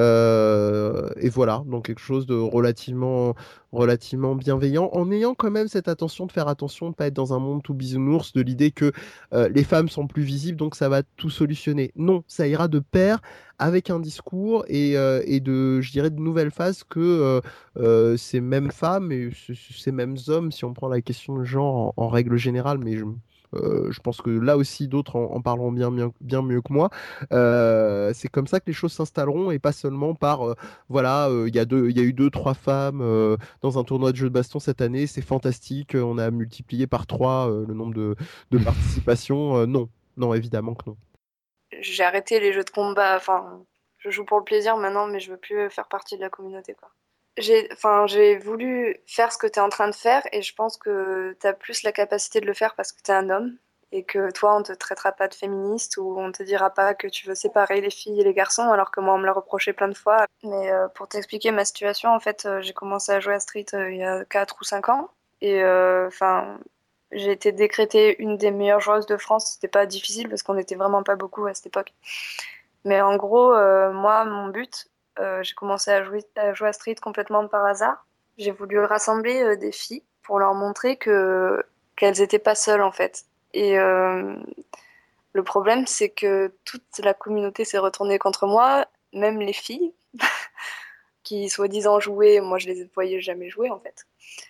Euh, et voilà, donc quelque chose de relativement, relativement bienveillant, en ayant quand même cette attention de faire attention, de pas être dans un monde tout bisounours, de l'idée que euh, les femmes sont plus visibles, donc ça va tout solutionner. Non, ça ira de pair avec un discours et, euh, et de, je dirais, de nouvelles phases que euh, euh, ces mêmes femmes et ce- ce- ces mêmes hommes, si on prend la question de genre en, en règle générale, mais je euh, je pense que là aussi d'autres en, en parleront bien, bien, bien mieux que moi. Euh, c'est comme ça que les choses s'installeront et pas seulement par, euh, voilà, euh, il y a deux, il y a eu deux, trois femmes euh, dans un tournoi de jeux de baston cette année, c'est fantastique, on a multiplié par trois euh, le nombre de, de participations. Euh, non, non, évidemment que non. J'ai arrêté les jeux de combat, enfin, je joue pour le plaisir maintenant, mais je veux plus faire partie de la communauté, quoi. J'ai, enfin, j'ai voulu faire ce que tu es en train de faire et je pense que tu as plus la capacité de le faire parce que tu es un homme et que toi, on te traitera pas de féministe ou on te dira pas que tu veux séparer les filles et les garçons alors que moi, on me l'a reproché plein de fois. Mais euh, pour t'expliquer ma situation, en fait, euh, j'ai commencé à jouer à Street euh, il y a quatre ou cinq ans et enfin, j'ai été décrétée une des meilleures joueuses de France. C'était pas difficile parce qu'on était vraiment pas beaucoup à cette époque. Mais en gros, euh, moi, mon but, euh, j'ai commencé à jouer, à jouer à Street complètement par hasard. J'ai voulu rassembler euh, des filles pour leur montrer que qu'elles étaient pas seules en fait. Et euh, le problème, c'est que toute la communauté s'est retournée contre moi, même les filles qui soi-disant jouaient. Moi, je les voyais jamais jouer en fait.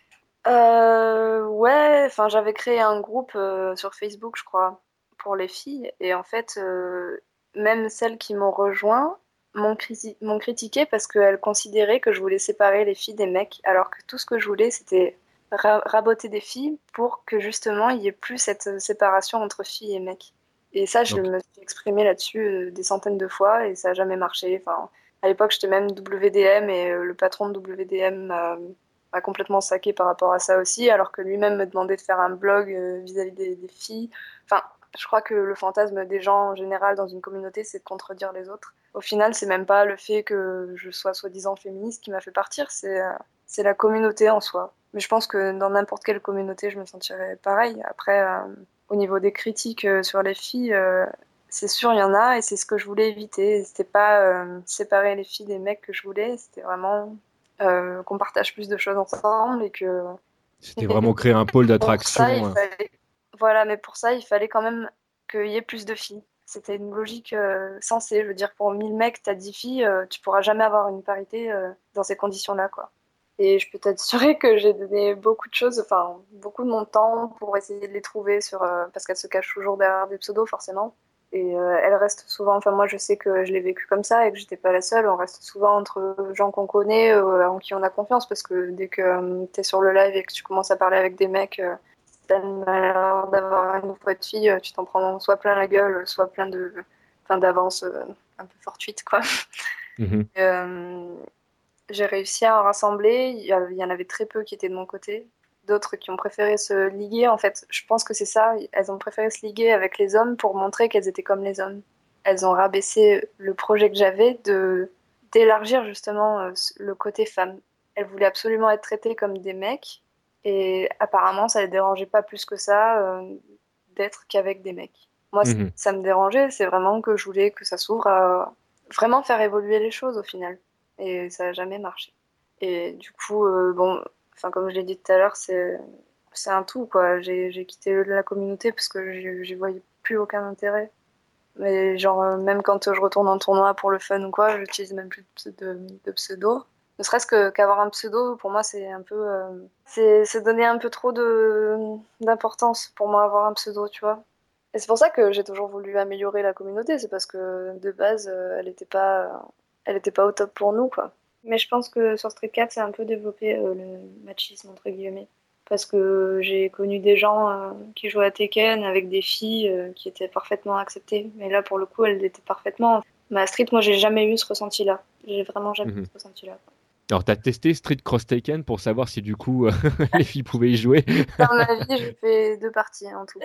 Euh, ouais, enfin, j'avais créé un groupe euh, sur Facebook, je crois, pour les filles. Et en fait, euh, même celles qui m'ont rejoint m'ont, criti- m'ont critiqué parce qu'elles considéraient que je voulais séparer les filles des mecs, alors que tout ce que je voulais, c'était ra- raboter des filles pour que justement il y ait plus cette séparation entre filles et mecs. Et ça, je Donc, me suis exprimée là-dessus euh, des centaines de fois et ça n'a jamais marché. Enfin, à l'époque, j'étais même W D M et euh, le patron de W D M m'a m'a complètement saqué par rapport à ça aussi, alors que lui-même me demandait de faire un blog euh, vis-à-vis des, des filles. Enfin, je crois que le fantasme des gens en général dans une communauté, c'est de contredire les autres. Au final, c'est même pas le fait que je sois soi-disant féministe qui m'a fait partir, c'est euh, c'est la communauté en soi. Mais je pense que dans n'importe quelle communauté, je me sentirais pareil. Après, euh, au niveau des critiques euh, sur les filles, euh, c'est sûr, il y en a, et c'est ce que je voulais éviter. C'était pas euh, séparer les filles des mecs que je voulais, c'était vraiment euh, qu'on partage plus de choses ensemble et que c'était vraiment créer un pôle pour ça, il d'attraction. euh. fallait... Voilà, mais pour ça, il fallait quand même qu'il y ait plus de filles. C'était une logique euh, sensée. Je veux dire, pour mille mecs, t'as dix filles, euh, tu pourras jamais avoir une parité euh, dans ces conditions-là, quoi. Et je peux t'assurer que j'ai donné beaucoup de choses, enfin, beaucoup de mon temps pour essayer de les trouver sur, euh, parce qu'elles se cachent toujours derrière des pseudos, forcément. Et euh, elles restent souvent, enfin, moi, je sais que je l'ai vécu comme ça et que j'étais pas la seule. On reste souvent entre gens qu'on connaît, euh, en qui on a confiance, parce que dès que euh, t'es sur le live et que tu commences à parler avec des mecs, euh, t'as le malheur d'avoir une voix de fille, tu t'en prends soit plein la gueule, soit plein de, enfin, d'avance euh, un peu fortuite, quoi. Mhm. Euh, j'ai réussi à en rassembler. Il y, a- il y en avait très peu qui étaient de mon côté. D'autres qui ont préféré se liguer. En fait, je pense que c'est ça. Elles ont préféré se liguer avec les hommes pour montrer qu'elles étaient comme les hommes. Elles ont rabaissé le projet que j'avais de d'élargir justement euh, le côté femme. Elles voulaient absolument être traitées comme des mecs. Et apparemment, ça les dérangeait pas plus que ça euh, d'être qu'avec des mecs. Moi, c- Mhm. ça me dérangeait. C'est vraiment que je voulais que ça s'ouvre à vraiment faire évoluer les choses au final. Et ça n'a jamais marché. Et du coup, euh, bon, enfin, comme je l'ai dit tout à l'heure, c'est, c'est un tout, quoi. J'ai, j'ai quitté la communauté parce que j'y, j'y voyais plus aucun intérêt. Mais genre, euh, même quand je retourne en tournoi pour le fun ou quoi, j'utilise même plus de, pse- de, de pseudo. Ne serait-ce que, qu'avoir un pseudo, pour moi, c'est un peu... euh, c'est, c'est donner un peu trop de, d'importance pour moi, avoir un pseudo, tu vois. Et c'est pour ça que j'ai toujours voulu améliorer la communauté, c'est parce que de base, euh, elle était pas, elle était pas au top pour nous, quoi. Mais je pense que sur Street quatre, c'est un peu développé euh, le machisme, entre guillemets. Parce que j'ai connu des gens euh, qui jouaient à Tekken avec des filles euh, qui étaient parfaitement acceptées. Mais là, pour le coup, elles l'étaient parfaitement. Mais à Street, moi, j'ai jamais eu ce ressenti-là. J'ai vraiment jamais eu Mhm. ce ressenti-là. Alors, t'as testé Street Cross Taken pour savoir si du coup euh, les filles pouvaient y jouer. Dans ma vie, j'ai fait deux parties en tout.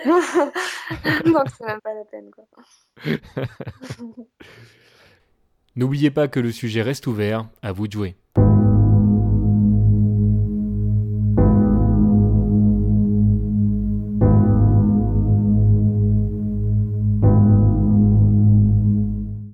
Donc, c'est même pas la peine, quoi. N'oubliez pas que le sujet reste ouvert, à vous de jouer.